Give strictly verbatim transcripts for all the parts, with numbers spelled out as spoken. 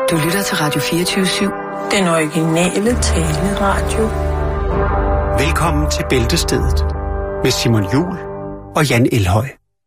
Du lytter til Radio fireogtyve syv. Den originale taleradio. Velkommen til Bæltestedet med Simon Juhl og Jan Elhøj.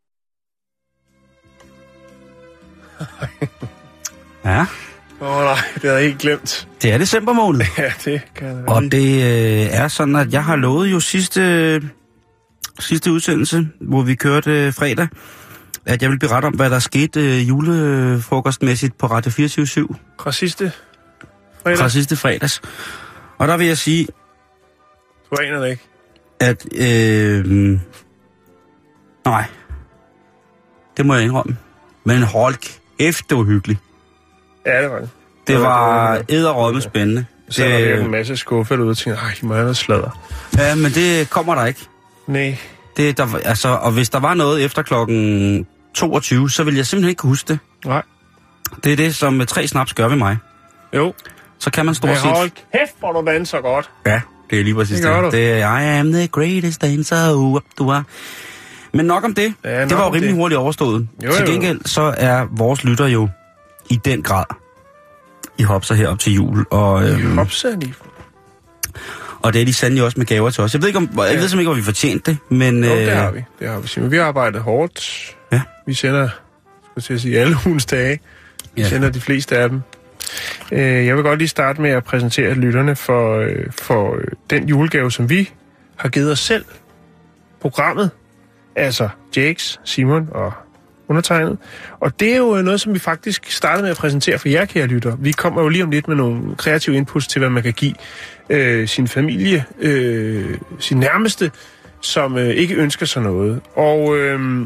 Ja. Åh oh, nej, det havde jeg helt glemt. Det er december måned. Ja, det kan jeg Og det øh, er sådan, at jeg har lovet jo sidste, sidste udsendelse, hvor vi kørte øh, fredag, at jeg vil berette om, hvad der skete øh, julefrokostmæssigt på Radio fireogtyve syv. Fra sidste fredag? Fra sidste fredags. Og der vil jeg sige... Du aner det ikke? At... Øh, nej. Det må jeg indrømme. Men hold kæft, det var hyggeligt. Ja, det var det. Det var edderrødme spændende. Så var der en masse skuffer derude og tænkte, ej, de må have noget sladder. Ja, men det kommer der ikke. Nej. Det, der, altså, og hvis der var noget efter klokken toogtyve, så ville jeg simpelthen ikke kunne huske det. Nej. Det er det, som tre snaps gør ved mig. Jo. Så kan man stort Men set... hold kæft, hvor du danser godt. Ja, det er lige præcis det. Det, det er, I am the greatest dancer, up du er. Men nok om det. Ja, nok det var jo om rimelig det. hurtigt overstået. Jo, jo. Til gengæld, så er vores lytter jo i den grad i hopser her op til jul. Og, I øhm, hopser lige. og det er de sandelig også med gaver til os. Jeg ved ikke, om, jeg ved simpelthen ikke, om vi fortjente det, men... Jo, øh, det har vi. Det har vi. Simon. Vi har arbejdet hårdt. Ja. Vi sender, skal jeg sige, alle ugens dage. Vi Ja. sender de fleste af dem. Øh, Jeg vil godt lige starte med at præsentere lytterne for, øh, for øh, den julegave, som vi har givet os selv. Programmet. Altså Jakes, Simon og undertegnet. Og det er jo noget, som vi faktisk startede med at præsentere for jer, kære lytter. Vi kommer jo lige om lidt med nogle kreative inputs til, hvad man kan give øh, sin familie, øh, sin nærmeste, som øh, ikke ønsker sig noget. Og øh,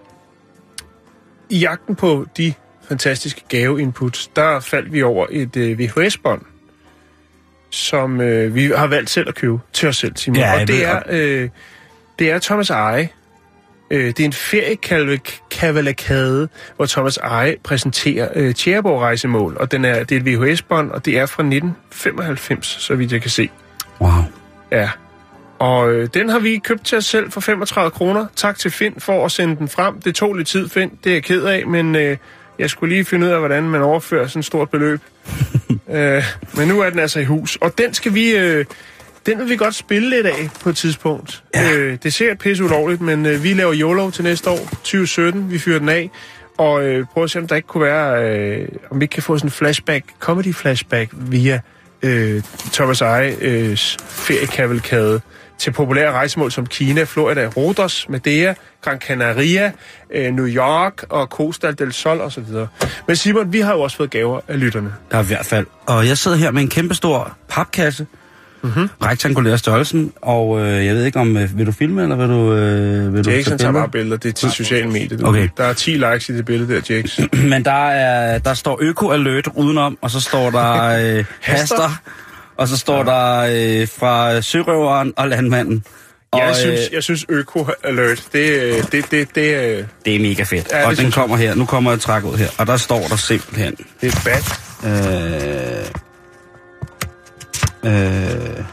i jagten på de fantastiske gaveinputs, der faldt vi over et øh, V H S-bånd, som øh, vi har valgt selv at købe til os selv, Simon. Ja, og det ved, er, øh, det er Thomas Eje. Øh, det er en feriekavalkade, hvor Thomas Eje præsenterer øh, Tjæreborg-rejsemål, og den er, det er et V H S-bånd, og det er fra nitten femoghalvfems, så vidt jeg kan se. Wow. Ja. Og øh, den har vi købt til os selv for femogtredive kroner. Tak til Finn for at sende den frem. Det tog lidt tid, Finn. Det er jeg ked af, men øh, jeg skulle lige finde ud af, hvordan man overfører sådan et stort beløb. øh, men nu er den altså i hus. Og den skal vi... Øh, den vil vi godt spille lidt af på et tidspunkt. Ja. Øh, det ser pisse ulovligt, men øh, vi laver YOLO til næste år, tyve sytten. Vi fyrer den af. Og øh, prøv at se, om der ikke kunne være... Øh, om vi ikke kan få sådan en flashback, comedy flashback via øh, Thomas Ejes feriekavalkade til populære rejsemål som Kina, Florida, Rhodos, Madeira, Gran Canaria, øh, New York og Costa del Sol osv. Men Simon, vi har jo også fået gaver af lytterne. Der er i hvert fald. Og jeg sidder her med en kæmpestor papkasse, Mm-hmm. rektangulær størrelsen, og øh, jeg ved ikke om, øh, vil du filme, eller vil du... Øh, vil Jakes, du han tager bare billeder. Det er til sociale medier. Du. Okay. Der er ti likes i det billede der, Jakes. Men der, er, der står øko-alert udenom, og så står der øh, haster, og så står ja. der øh, fra sørøveren og landmanden. Og, jeg, øh, synes, jeg synes øko-alert, det, det, det, det, øh, det er mega fedt. Ja, og den synes kommer her. Nu kommer jeg træk ud her, og der står der simpelthen... det er bad. Øh, øh,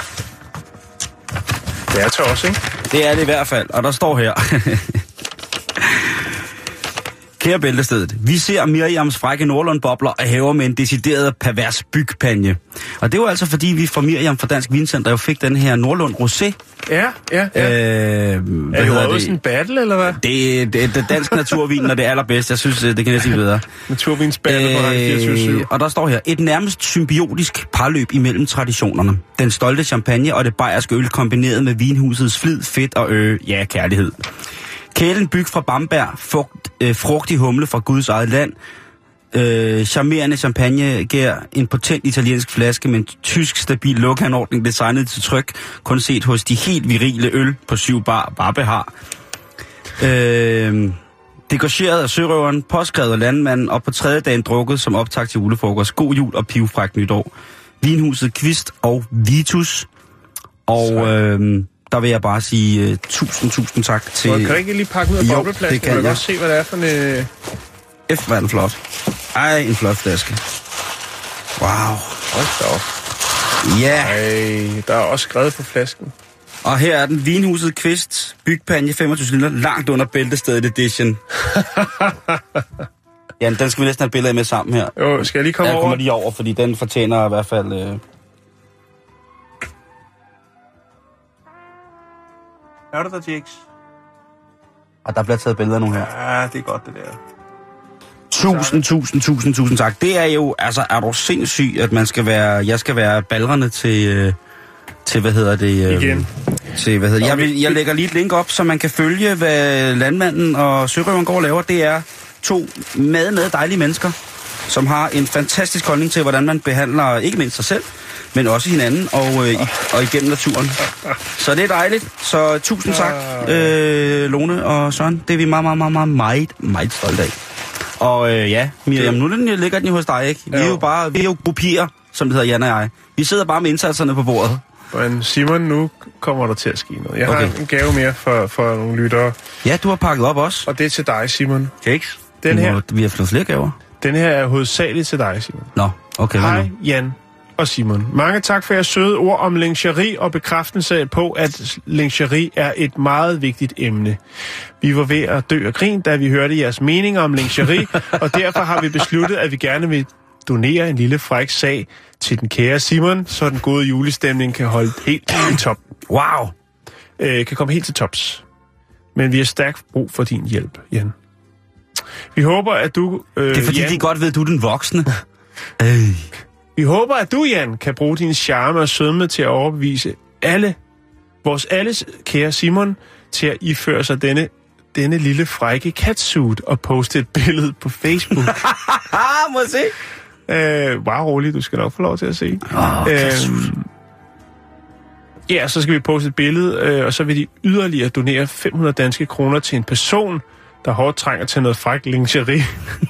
Det er til os, ikke? det er det i hvert fald, og der står her... Kære Bæltestedet, vi ser Miriams frække Nordlund-bobler og hæver med en decideret pervers bygpanje. Og det var altså fordi, vi fra Miriam fra Dansk Vincenter jo fik den her Nordlund Rosé. Ja, ja, ja. Øh, er det også en battle, eller hvad? Det, det, det dansk naturvin, når det er allerbedst. Jeg synes, det kan jeg sige bedre. Naturvinsbattle på Radio fireogtyve syv. Og der står her, et nærmest symbiotisk parløb imellem traditionerne. Den stolte champagne og det bayerske øl kombineret med vinhusets flid, fedt og øh, ja, kærlighed. Kælen byg fra Bamberg, frugt, øh, frugtig humle fra Guds eget land, øh, charmerende champagne giver en potent italiensk flaske med en tysk stabil lukanordning designet til tryk, kun set hos de helt virile øl på syv bar Barbe har. Øh, Degorgeret af sørøveren, påskrevet af landmanden og på tredje dagen drukket som optag til julefrokost. God jul og pivfrækt nytår. Vinhuset Kvist og Vitus. Og øh, der vil jeg bare sige uh, tusind, tusind tak til... Så kan du ikke lige pakke ud af bobleflasken? det kan jeg. jeg. Godt se, hvad det er for en... Øh... F, hvor er den flot. Ej, en flot flaske. Wow. Hold da op. Ja. Ej, der er også skrevet på flasken. Og her er den Vinhuset Kvist, bygpanje femogtyve cylinder, langt under Bæltestedet edition. Ja, den skal vi næsten have et billede med sammen her. Jo, skal jeg lige komme jeg over? Jeg kommer lige over, fordi den fortjener i hvert fald... Øh... Er du der, Jakes? Og der bliver taget billeder nu her. Ja, det er godt, det der. Tusind, tusind, tusind, tusind tak. Det er jo, altså, er du sindssyg, at man skal være... Jeg skal være ballerne til... Øh, til, hvad hedder det... Øh, Igen. Til, hvad hedder det? Jeg, vil, jeg lægger lige et link op, så man kan følge, hvad landmanden og sørøveren går og laver. Det er to meget, meget dejlige mennesker, som har en fantastisk holdning til, hvordan man behandler ikke mindst sig selv, men også hinanden og, øh, og igennem naturen. Så det er dejligt. Så tusind tak, øh, Lone og Søren. Det er vi meget, meget, meget, meget, meget, meget stolte af. Og øh, ja, Miriam, nu ligger den jo hos dig, ikke? Vi er jo bare, vi er jo gruppier, som det hedder Jan og jeg. Vi sidder bare med indsatserne på bordet. Men Simon, nu kommer der til at ske noget. Jeg okay. har en gave mere for, for nogle lyttere. Ja, du har pakket op også. Og det er til dig, Simon. Cakes. Den her, må, vi har fået flere gaver. Den her er hovedsageligt til dig, Simon. Nå, okay. Hej, Jan og Simon. Mange tak for jeres søde ord om lingerie og bekræftelse på, at lingerie er et meget vigtigt emne. Vi var ved at dø af grin, da vi hørte jeres meninger om lingerie, og derfor har vi besluttet, at vi gerne vil donere en lille fræk sag til den kære Simon, så den gode julestemning kan holde helt i top. Wow! Øh, kan komme helt til tops. Men vi har stærkt brug for din hjælp, Jan. Vi håber, at du... Øh, det er fordi, Jan, de godt ved, at du er den voksne. øh. Vi håber, at du, Jan, kan bruge din charme og sødme til at overbevise alle, vores alles kære Simon, til at iføre sig denne, denne lille frække catsuit og poste et billede på Facebook. Må jeg se? Øh, bare roligt, du skal nok få lov til at se. Oh, øh, ja, så skal vi poste et billede, øh, og så vil de yderligere donere fem hundrede danske kroner til en person, der hårdt trænger til noget fræk lingerie.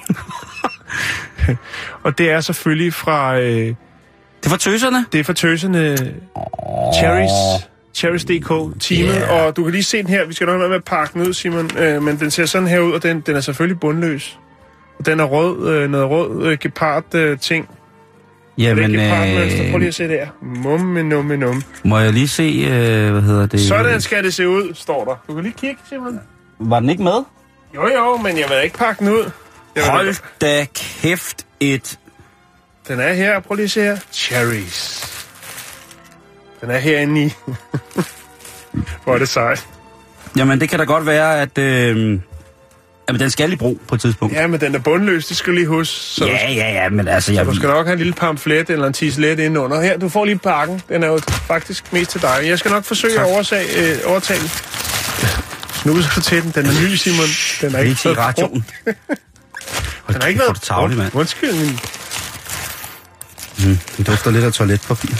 Og det er selvfølgelig fra... Øh, det er fra tøserne? Det er fra tøserne oh. Cherries. Cherries punktum d k-teamet, yeah. Og du kan lige se den her. Vi skal nok være med at pakke den ud, Simon. Øh, men den ser sådan her ud, og den, den er selvfølgelig bundløs. Og den er rød, øh, noget rød øh, gepard-ting. Øh, Jamen, øh... Prøv lige at se der. Mumme, numme, num. Må jeg lige se, øh, hvad hedder det? Sådan skal det se ud, står der. Du kan lige kigge, Simon. Var den ikke med? Jo, jo, men jeg vil ikke pakke den ud. Jeg Hold da kæft et... Den er her, prøv lige at se her. Cherries. Den er herinde i. Hvor er det sejt. Jamen, det kan da godt være, at... Øh... Jamen, den skal i brug på et tidspunkt. Ja, men den er bundløs, det skal lige huske. Så ja, ja, ja, men altså... Jeg... Så du skal nok have en lille pamflet eller en tislet indenunder. Her, du får lige pakken. Den er jo faktisk mest til dig. Jeg skal nok forsøge tak. at oversage, øh, overtale. Nu så til den. Den er ny, Simon. Den er ikke til radioen. Den har ikke været... Tavlig, mand. Undskyld, min... Mm, det dufter lidt af toiletpapir.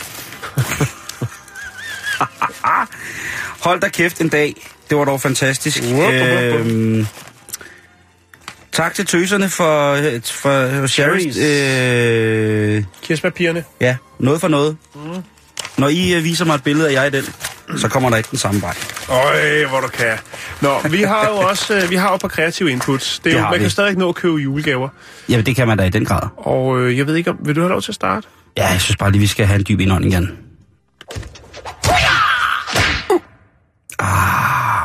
Hold da kæft en dag. Det var dog fantastisk. Øhm, tak til tøserne for, for Cherries. Øh, Kirspapirerne. Ja, noget for noget. Mm. Når I uh, viser mig et billede af jeg i den, så kommer der ikke den samme vej. Øj, hvor du kan. Nå, vi har jo også vi har jo på kreative inputs. Det er det jo, man vi. kan stadig nå at købe julegaver. Ja, det kan man da i den grad. Og øh, jeg ved ikke, om vil du have lov til at starte? Ja, jeg synes bare lige, vi skal have en dyb indånding igen. Ah.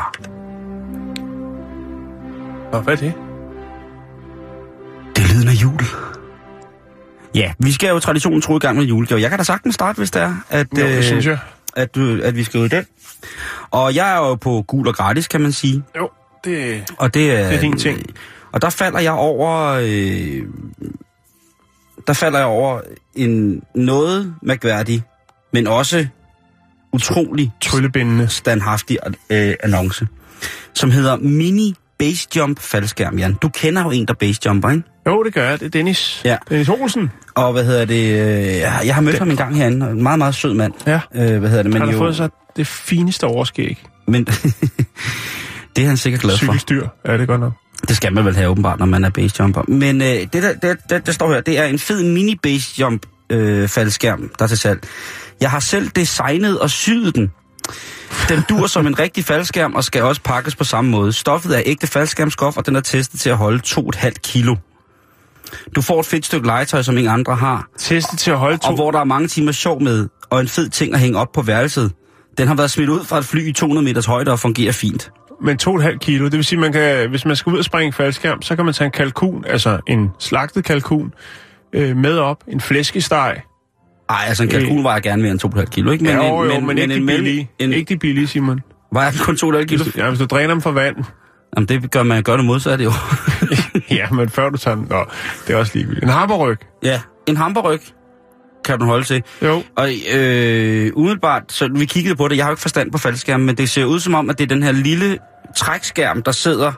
Og hvad er det? Det er lyden af jul. Ja, vi skal jo traditionen tro i gang med julegaver. Jeg kan da sagtens starte, hvis det er, at, Nå, det synes jeg. At, at, at vi skal ud i den. Og jeg er jo på gul og gratis, kan man sige. Jo, det, og det, er, det er din ting. Og der falder jeg over... Øh, der falder jeg over en noget mærkværdig, men også utrolig tryllebindende standhaftig øh, annonce, som hedder Mini Base Jump faldskærm, Jan. Du kender jo en, der base jumper, ikke? Jo, det gør jeg. Det er Dennis. Ja. Dennis Olsen. Og hvad hedder det? Øh, jeg har mødt Den. ham en gang herinde. En meget, meget sød mand. Ja. Øh, hvad hedder det? Men han har jo, fået sig det fineste overskæg. Men det er han sikkert glad for. Cykelstyr. Ja, det godt nok. Det skal man vel have åbenbart, når man er base jumper. Men øh, det, der, det, det, det står her, det er en fed mini base jump øh, faldskærm, der er til salg. Jeg har selv designet og syet den. Den dur som en rigtig faldskærm og skal også pakkes på samme måde. Stoffet er ægte faldskærmsstof, og den er testet til at holde to komma fem kilo. Du får et fedt stykke legetøj, som ingen andre har. Testet til at holde to... Og hvor der er mange timer sjov med, og en fed ting at hænge op på værelset. Den har været smidt ud fra et fly i to hundrede meters højde og fungerer fint. men to komma fem kilo. Det vil sige, man kan, hvis man skal ud og springe faldskærm, så kan man tage en kalkun, altså en slagtet kalkun, øh, med op, en flæskesteg. Ej, altså en kalkun vejer gerne mere end to komma fem kilo, ikke? Men, Men, ja, jo, jo, men, men, men ikke, en de billige. En, ikke de billige, Simon. Vejer den kun to komma fem kilo? Hvis du, ja, hvis du dræner dem for vand. Jamen, det gør man gør det modsatte, jo. Ja, men før du tager den... Nå, det er også ligegyldigt. En hamperryg. Ja, en hamperryg kan du holde til. Jo. Og øh, umiddelbart, så vi kiggede på det, jeg har jo ikke forstand på faldskærmen, men det ser ud som om, at det er den her lille trækskærm, der sidder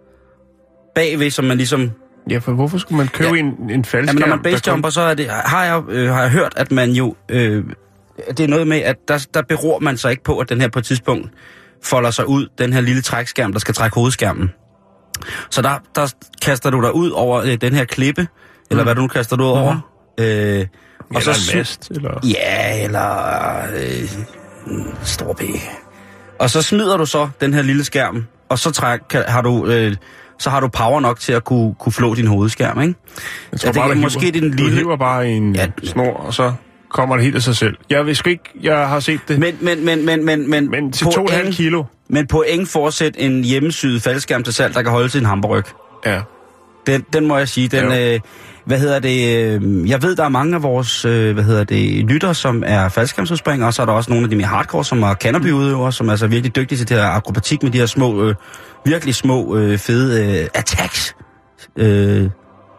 bagved, som man ligesom... Ja, for hvorfor skulle man købe ja. en, en faldskærm? Jamen, når man basejumper, så er det, har, jeg, øh, har jeg hørt, at man jo... Øh, det er noget med, at der, der beror man sig ikke på, at den her på et tidspunkt folder sig ud, den her lille trækskærm, der skal trække hovedskærmen. Så der, der kaster du dig ud over øh, den her klippe, eller mm. hvad du nu kaster du ud over. Mm. Øh, og eller så, en mast, eller... Ja, eller... Øh, stor P. Og så smider du så den her lille skærm, og så træk, kan, har du... Øh, så har du power nok til at kunne, kunne flå din hovedskærm, ikke? Jeg tror ja, det bare, er du måske hiver, den lille... Du hiver bare en ja, snor, og så kommer det helt af sig selv. Jeg vil sgu ikke... Jeg har set det. Men, men, men, men, men, men, men til to komma fem kilo. Men på ingen forsæt en hjemmesyet faldskærm til salg, der kan holde til en hamperryg. Ja. Den, den må jeg sige, den... Øh, hvad hedder det? Øh, jeg ved, der er mange af vores, øh, hvad hedder det, lytter, som er faldskærmsudspringere, og så er der også nogle af de mere hardcore, som er canopy-udøvere, som er altså virkelig dygtige til det her akrobatik med de her små, øh, virkelig små, øh, fede øh, attacks øh,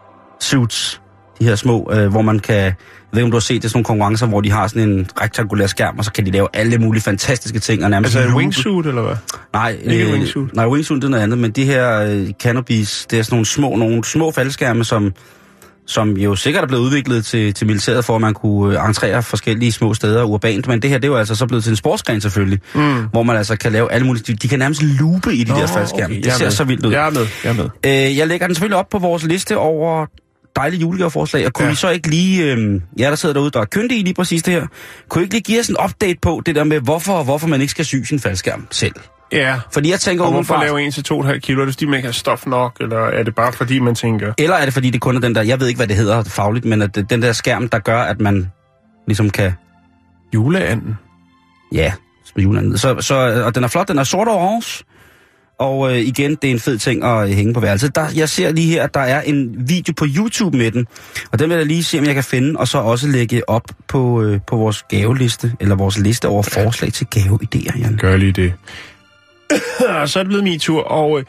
suits. De her små, øh, hvor man kan... Jeg ved ikke, om du har set det, sådan nogle konkurrencer, hvor de har sådan en rektangulær skærm, og så kan de lave alle mulige fantastiske ting. Og nærmest altså en wingsuit, eller hvad? Nej, ikke øh, wingsuit. Nej, wingsuit det er noget andet, men de her øh, canopies, det er sådan nogle små, nogle små faldskærme, som, som jo sikkert er blevet udviklet til, til militæret, for at man kunne øh, entrere forskellige små steder urbant. Men det her, det er jo altså så blevet til en sportsgren selvfølgelig, mm. hvor man altså kan lave alle mulige... De, de kan nærmest loope i de Nå, der faldskærme. Okay, det ser med. så vildt ud. Jeg er med, jeg er med. Øh, jeg lægger den selvfølgelig op på vores liste over... dejlige julegaveforslag, og kunne ja. I så ikke lige, øh, ja, der sidder derude, der er kyndige i lige præcis det her, kunne I ikke lige give os en update på det der med, hvorfor hvorfor man ikke skal sy sin faldskærm selv? Ja, fordi jeg tænker, og hvorfor bare... lave en til to komma fem kilo? Er det fordi, man ikke har stof nok, eller er det bare fordi, man tænker... Eller er det fordi, det kun er den der, jeg ved ikke, hvad det hedder fagligt, men at den der skærm, der gør, at man ligesom kan... Juleanden? Ja, juleanden. Så, så, og den er flot, den er sort og orange. Og øh, igen, det er en fed ting at hænge på værelset. Der, jeg ser lige her, at der er en video på YouTube med den. Og den vil jeg lige se, om jeg kan finde, og så også lægge op på, øh, på vores gaveliste, eller vores liste over forslag til gaveidéer, Jan. Gør lige det. Så er det blevet min tur, og øh,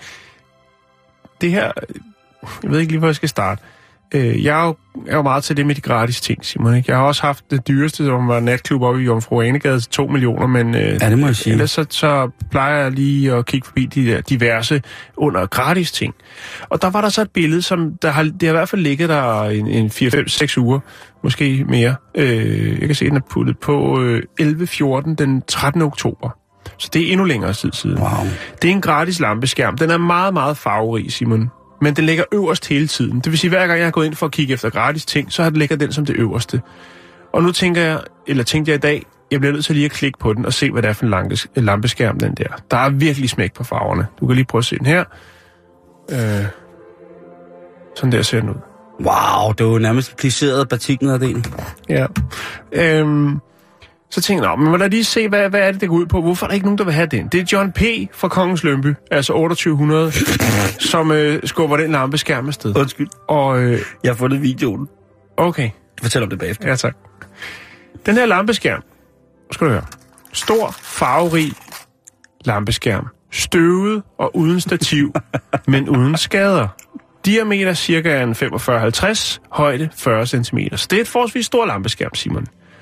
det her... Jeg ved ikke lige, hvor jeg skal starte. Øh, jeg er jo, er jo meget til det med de gratis ting, Simon. Ikke? Jeg har også haft det dyreste, som var natklub oppe i Jomfru Anegade til to millioner, men øh, ja, det må jeg sige. Ellers så, så plejer jeg lige at kigge forbi de der diverse under gratis ting. Og der var der så et billede, som der har, det har i hvert fald ligget der en, en fire fem seks uger, måske mere. Øh, jeg kan se, at den er puttet på øh, elleve fjorten den trettende oktober. Så det er endnu længere tid siden. Wow. Det er en gratis lampeskærm. Den er meget, meget farverig, Simon. Men den ligger øverst hele tiden. Det vil sige, hver gang jeg har gået ind for at kigge efter gratis ting, så har den ligger den som det øverste. Og nu tænker jeg, eller tænkte jeg i dag, jeg bliver nødt til lige at klikke på den og se, hvad det er for en lampeskærm, den der. Der er virkelig smæk på farverne. Du kan lige prøve at se den her. Øh, sådan der ser den ud. Wow, det er jo nærmest plisseret batiknederdelen. Ja. Øhm, så tænker jeg, men må da lige se, hvad, hvad er det, der går ud på? Hvorfor er der ikke nogen, der vil have den? Det er John P. fra Kongens Lyngby, altså otteogtyve hundrede, som øh, skubber den lampeskærm afsted. Undskyld. Og, øh, jeg har fundet videoen. Okay. Fortæl om det bagefter. Ja, tak. Den her lampeskærm, skal du høre, stor, farverig lampeskærm, støvet og uden stativ, men uden skader. Diameter cirka en femogfyrre halvtreds, højde fyrre centimeter. Så det er et forholdsvis stor lampeskærm, Simon.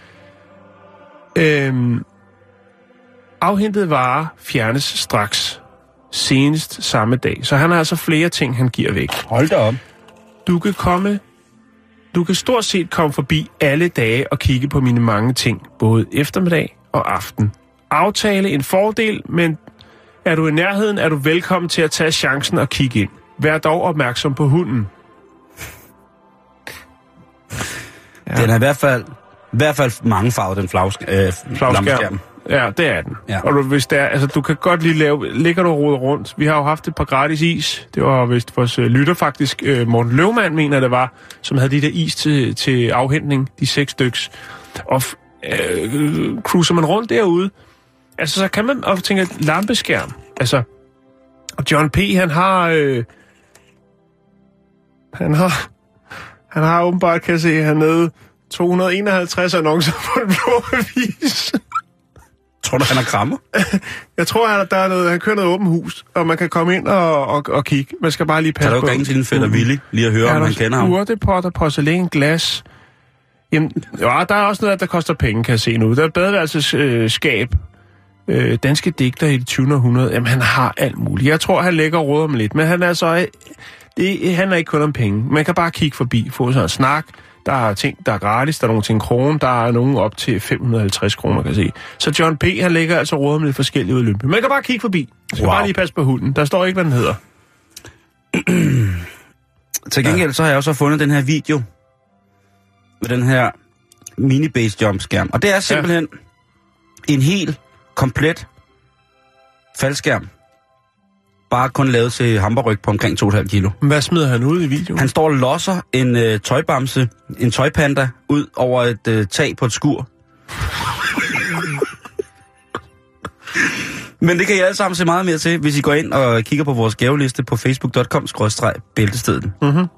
Øhm, afhentet varer fjernes straks, senest samme dag. Så han har altså flere ting, han giver væk. Hold da op. Du kan komme, du kan stort set komme forbi alle dage og kigge på mine mange ting, både eftermiddag og aften. Aftale en fordel, men er du i nærheden, er du velkommen til at tage chancen og kigge ind. Vær dog opmærksom på hunden. Ja. Den er i hvert fald, i hvert fald mange farver, den flags, øh, lampeskærm. Ja, det er den. Ja. Og du, hvis der, altså, du kan godt lige lave, ligger du og roder rundt. Vi har jo haft et par gratis is. Det var vist vores øh, lytter faktisk, øh, Morten Løvmand mener det var, som havde de der is til, til afhentning, de seks styks. Og øh, cruiser man rundt derude, altså så kan man også tænke, lampeskærm, altså Og John P., han har... Øh, han har... Han har åbenbart, kan jeg se hernede, to hundrede og enoghalvtreds annoncer på den blå avis. Tror du, han har krammer? Jeg tror, han, der er noget, han kører noget åbent hus, og man kan komme ind og, og, og kigge. Man skal bare lige passe på. Kan du ringe til din fætter Willy, lige at høre, ja, om han kender ham? Urtepotter, porcelæn, glas. Jamen, ja, der er også noget, der koster penge, kan jeg se nu. Der er badeværelsesskab. Øh, danske digter i det tyvende århundrede. Jamen, han har alt muligt. Jeg tror, han lægger og råder med lidt, men han er så... Det handler ikke kun om penge. Man kan bare kigge forbi, få sådan en snak. Der er ting, der er gratis, der er nogle til en krone, der er nogle op til fem hundrede og halvtreds kroner, kan jeg se. Så John P., han lægger altså råder med lidt forskellige udløb. Man kan bare kigge forbi. Man skal wow. bare lige passe på hunden. Der står ikke, hvad den hedder. Til gengæld så har jeg også fundet den her video med den her mini-base jump skærm. Og det er simpelthen ja. en helt komplet faldskærm. Bare kun lavet til hamburryg på omkring to komma fem kilo. Hvad smider han ud i videoen? Han står og losser en øh, tøjbamse, en tøjpanda, ud over et øh, tag på et skur. Men det kan I alle sammen se meget mere til, hvis I går ind og kigger på vores gaveliste på facebook punktum com skråstreg bæltestedet. Mm-hmm.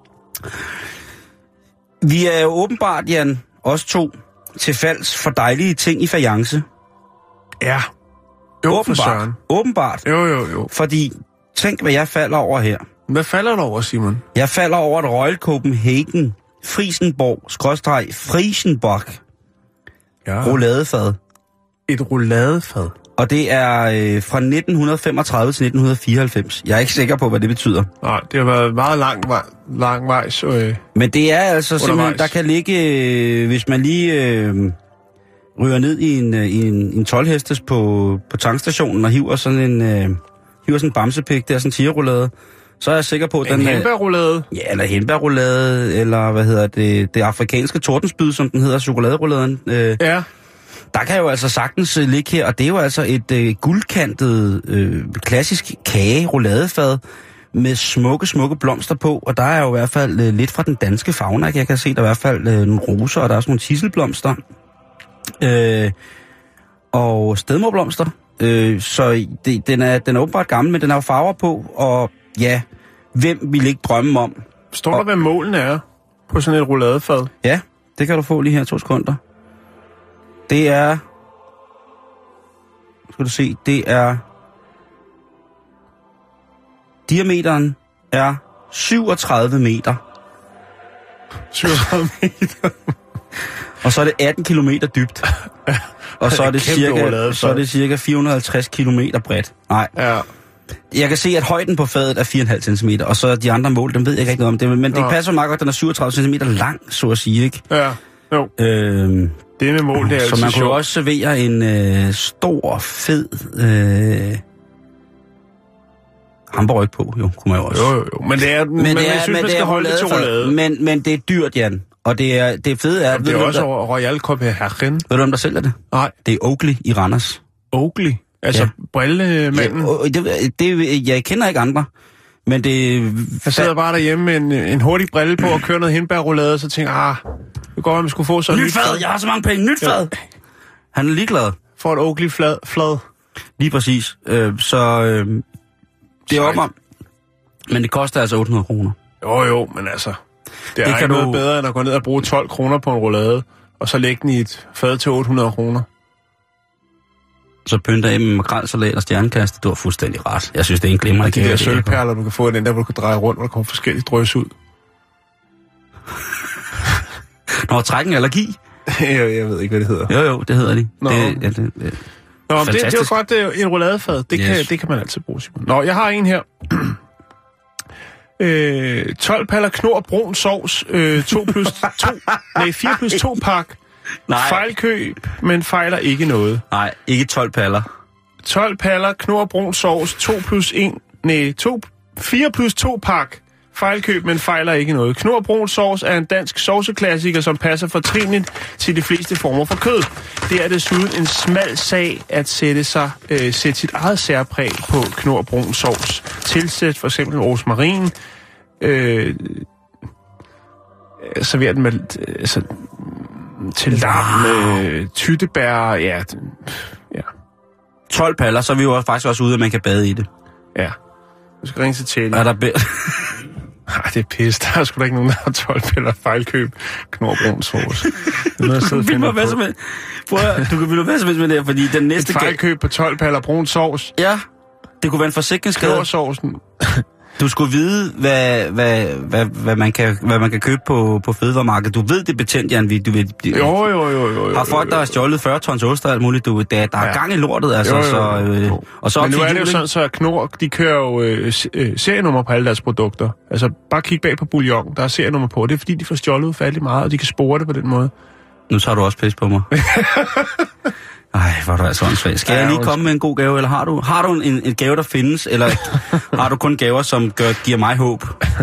Vi er jo åbenbart, Jan, os to, til falds for dejlige ting i fajance. Ja. Jo, åbenbart. Åbenbart. Jo, jo, jo. Fordi, tænk, hvad jeg falder over her. Hvad falder du over, Simon? Jeg falder over et Royal Copenhagen, Friesenborg, skråstreg, Friesenborg. Ja. Rouladefad. Et rouladefad? Og det er øh, fra nitten femogtredive til nitten fireoghalvfems. Jeg er ikke sikker på, hvad det betyder. Nej, det har været meget lang, vej, lang vej. Så, øh, Men det er altså simpelthen, der kan ligge, øh, hvis man lige øh, ryger ned i en, øh, i en, en tolv-hestes på, på tankstationen og hiver sådan en, øh, hiver sådan en bamsepik, der sådan en tigerroulade, så er jeg sikker på, at en den... En hindbærroulade? Ja, eller hindbærroulade, eller hvad hedder det, det afrikanske tordenspyd, som den hedder, chokoladerouladen. Øh, ja. Der kan jo altså sagtens uh, ligge her, og det er jo altså et uh, guldkantet, uh, klassisk kage-rouladefad med smukke, smukke blomster på, og der er jo i hvert fald uh, lidt fra den danske fauna. Jeg kan se, der er i hvert fald uh, nogle roser, og der er også nogle tisselblomster. Uh, og stedmorblomster. Uh, så det, den, er, den er åbenbart gammel, men den har jo farver på, og ja, hvem vil ikke drømme om? Står der, og, hvad målene er på sådan et rouladefad? Ja, det kan du få lige her to sekunder. Det er, skal du se, det er, diameteren er syvogtredive meter. syvogtredive meter? Og så er det atten kilometer dybt. Og så er det, cirka, så er det cirka fire hundrede og halvtreds kilometer bredt. Nej. Ja. Jeg kan se, at højden på fadet er fire komma fem centimeter, og så de andre mål, dem ved jeg ikke rigtig noget om det, men det ja. passer meget godt, den er syvogtredive centimeter lang, så at sige, ikke? Ja, jo. Øhm, det med mål, det er så man kunne jo også servere en øh, stor, fed øh, hamburg på, jo, kunne man jo også. Jo, jo, jo. Men det er, men, men det er, jeg synes, men man skal holde det til roulade. Men, men det er dyrt, Jan. Og det er det fede er... Jamen, det er også der, Royal Copenhagen. Ved du, hvem der sælger det? Nej. Det er Oakley i Randers. Oakley? Altså ja. Brillemanden? Ja, det, det, jeg kender ikke andre. Men det... Jeg sidder bare derhjemme med en, en hurtig brille på og kører noget hindbærroulade, og så tænker jeg, ah, det går, at man skulle få sådan... Nyt fad! Jeg har så mange penge! Nyt fad! Ja. Han er ligeglad. For et Oakley flad. flad. Lige præcis. Øh, så øh, det er op om. Men det koster altså otte hundrede kroner. Jo, jo, men altså... Det er det ikke noget du... bedre, end at gå ned og bruge tolv kroner på en roulade, og så lægge den i et fad til otte hundrede kroner. Så pynter jeg med makrelsalat og stjernekast. Du har fuldstændig ret. Jeg synes, det er en glimrende kage. De der sølvperler, du kan få den der, hvor du kan dreje rundt, hvor der kommer forskellige drøs ud. Nå, trækken allergi? jeg, jeg ved ikke, hvad det hedder. Jo, jo, det hedder de. Nå, det, ja, det, det, Nå det, det er jo godt, det er en rouladefad. Det, yes. kan, det kan man altid bruge, Simon. Nå, jeg har en her. øh, tolv paller knor brun sovs, øh, to plus to, nej, fire plus to pak. Nej. Fejlkøb, men fejler ikke noget. Nej, ikke tolv paller. tolv paller, knor brun sovs, to plus en, nej, to, fire plus to pak. Fejlkøb, men fejler ikke noget. Knor brun sovs er en dansk sovseklassiker, som passer fortrinligt til de fleste former for kød. Det er desuden en smal sag at sætte, sig, øh, sætte sit eget særpræg på knor brun sovs. Tilsæt for eksempel rosmarin, øh, server den med... Altså, til lam, øh, tyttebær, ja, ja. tolv paller, så er vi jo faktisk også ude, at man kan bade i det. Ja. Du skal ringe til Tælle. Er der be- Ej, det er pis. Der er sgu da ikke nogen, der har tolv piller fejlkøb. Knorbrun sovs. Det er noget, jeg sidder og finder på. Med. Prøv at, du kan ville hvad som helst med det, fordi den næste... Et fejlkøb på tolv paller brun sovs. Ja, det kunne være en forsikringsskade. Knorsovsen. Du skulle vide, hvad, hvad, hvad, hvad, man, kan, hvad man kan købe på, på fødevaremarkedet. Du ved, det er betændt, Jan. Du ved, de, jo, jo, jo, jo, jo. Har folk, der har stjålet fyrre tons ost og alt muligt, du, der, der er ja. gang i lortet, altså. Jo, jo, jo. Så, øh, og så men nu er det jo sådan, så Knor, de kører jo øh, serienummer på alle deres produkter. Altså, bare kig bag på bouillon, der er serienummer på. Det er fordi, de får stjålet ufattelig meget, og de kan spore det på den måde. Nu tager du også pis på mig. Ej, hvor er du altså åndssvagt. Skal ja, jeg lige komme med en god gave, eller har du, har du en, en gave, der findes, eller har du kun gaver, som gør, giver mig håb?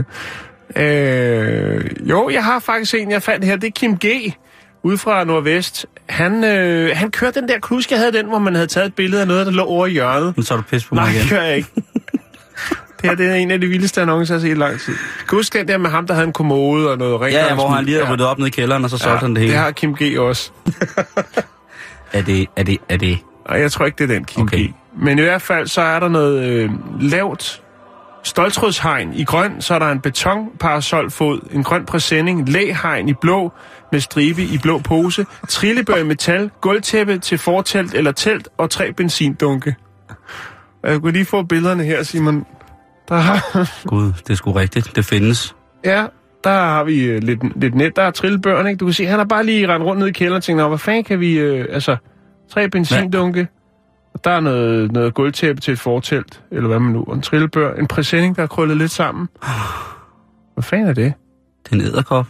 øh, jo, jeg har faktisk en, jeg fandt her. Det er Kim G. ude fra Nordvest. Han, øh, han kørte den der kusk, jeg havde den, hvor man havde taget et billede af noget, der lå over i hjørnet. Nu tager du pis på mig Nej, igen. Nej, det gør jeg ikke. Det her det er en af de vildeste annoncer, jeg har set i lang tid. Kan du huske den der med ham, der havde en kommode og noget rengøringsmiddel? Ja, ja, hvor han lige havde ryddet op ned i kælderen, og så solgte ja, han det hele. Det har Kim G også. Er det, er det, er det? Nej, jeg tror ikke, det er den Kim okay. G. Men i hvert fald, så er der noget øh, lavt ståltrådshegn i grøn, så er der en betonparasolfod, en grøn præsending, læhegn i blå med stribe i blå pose, trillebør i metal, gulvtæppe til fortelt eller telt og tre benzindunke. Jeg kunne lige få billederne her, Simon. Der har... Gud, det er sgu rigtigt. Det findes. Ja, der har vi uh, lidt, lidt net. Der er trillebøren, ikke? Du kan se, han har bare lige rendt rundt ned i kælderen og tænkt, hvad fanden kan vi... Uh, altså, tre benzindunke, ja. Og der er noget, noget gulvtæppe til et fortelt, eller hvad man nu... En trillebør, en præsending, der er krøllet lidt sammen. Hvad fanden er det? Det er en edderkop.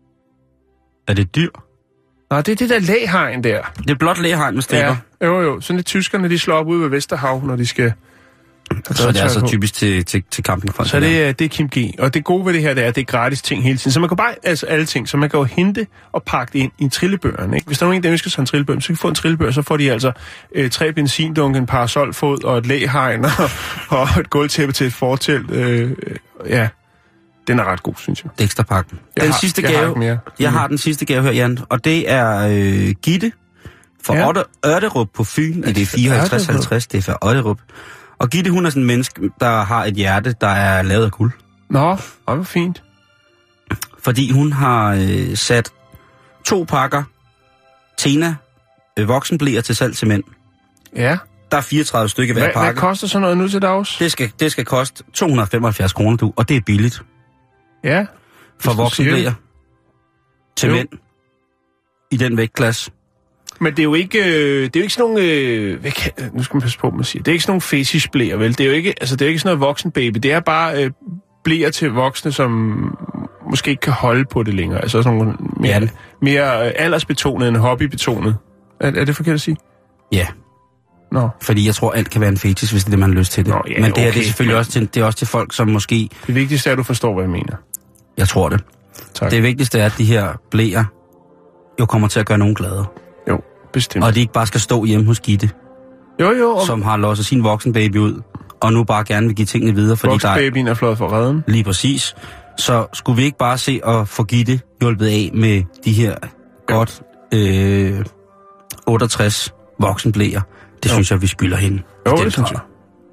Er det dyr? Nej, det er det der læhegn der. Det er blot læhegn med striber. Ja, jo jo. Sådan lidt tyskerne, de slår op ude ved Vesterhav, når de skal... Så det er altså typisk til, til, til campingfolk. Så det er, det er Kim G. Og det gode ved det her, det er, at det er gratis ting hele tiden. Så man kan bare, altså alle ting, så man kan jo hente og pakke det ind i trillebøren, ikke? Hvis der er nogen, der ønsker sig en trillebør, så kan de få en trillebør, så får de altså øh, tre benzindunke, en parasolfod og et læhegn og, og et gulvtæppe til et fortelt. Øh, ja, den er ret god, synes jeg. Dexterpakken. Den har, sidste jeg gave, har mere. jeg har den sidste gave her, Jan, og det er øh, Gitte fra ja. Ørterup på Fyn, i det fireoghalvtreds halvtreds, det er fra Ørterup. Og Gitte, hun er sådan en menneske, der har et hjerte, der er lavet af guld. Nå, det var fint. Fordi hun har øh, sat to pakker Tena øh, voksenbleer til salg til mænd. Ja. Der er fireogtredive stykker hver Hva, pakke. Hvad koster sådan noget nu til dags? Det skal, det skal koste to hundrede og femoghalvfjerds kroner, du, og det er billigt. Ja. For voksenbleer til jo. Mænd i den vægtklasse. Men det er jo ikke, øh, det er jo ikke sådan nogle, øh, hvad kan, nu skal man passe på, man siger, det er ikke sådan nogle fetish-blæer, vel? Det er jo ikke, altså det er jo ikke sådan noget voksenbaby, det er bare øh, blæer til voksne, som måske ikke kan holde på det længere. Altså sådan nogle mere, ja. mere øh, aldersbetonet end hobbybetonet. Er, er det forkert at sige? Ja. Nå. Fordi jeg tror, alt kan være en fetish, hvis det er det, man har lyst til det. Nå, ja, men det her, okay, det er selvfølgelig men... også til, det er også til folk, som måske... Det vigtigste er, at du forstår, hvad jeg mener. Jeg tror det. Tak. Det vigtigste er, at de her blæer jo kommer til at gøre nogen glade. Jo, bestemt. Og de ikke bare skal stå hjemme hos Gitte. Jo, jo. Og... Som har losset sin voksenbaby ud, og nu bare gerne vil give tingene videre. Fordi voksenbabyen er flot for redden. Lige præcis. Så skulle vi ikke bare se at få Gitte hjulpet af med de her jo. godt øh, otteogtres voksenblæer. Det jo. synes jeg, vi skylder hende. Jo, det synes jeg.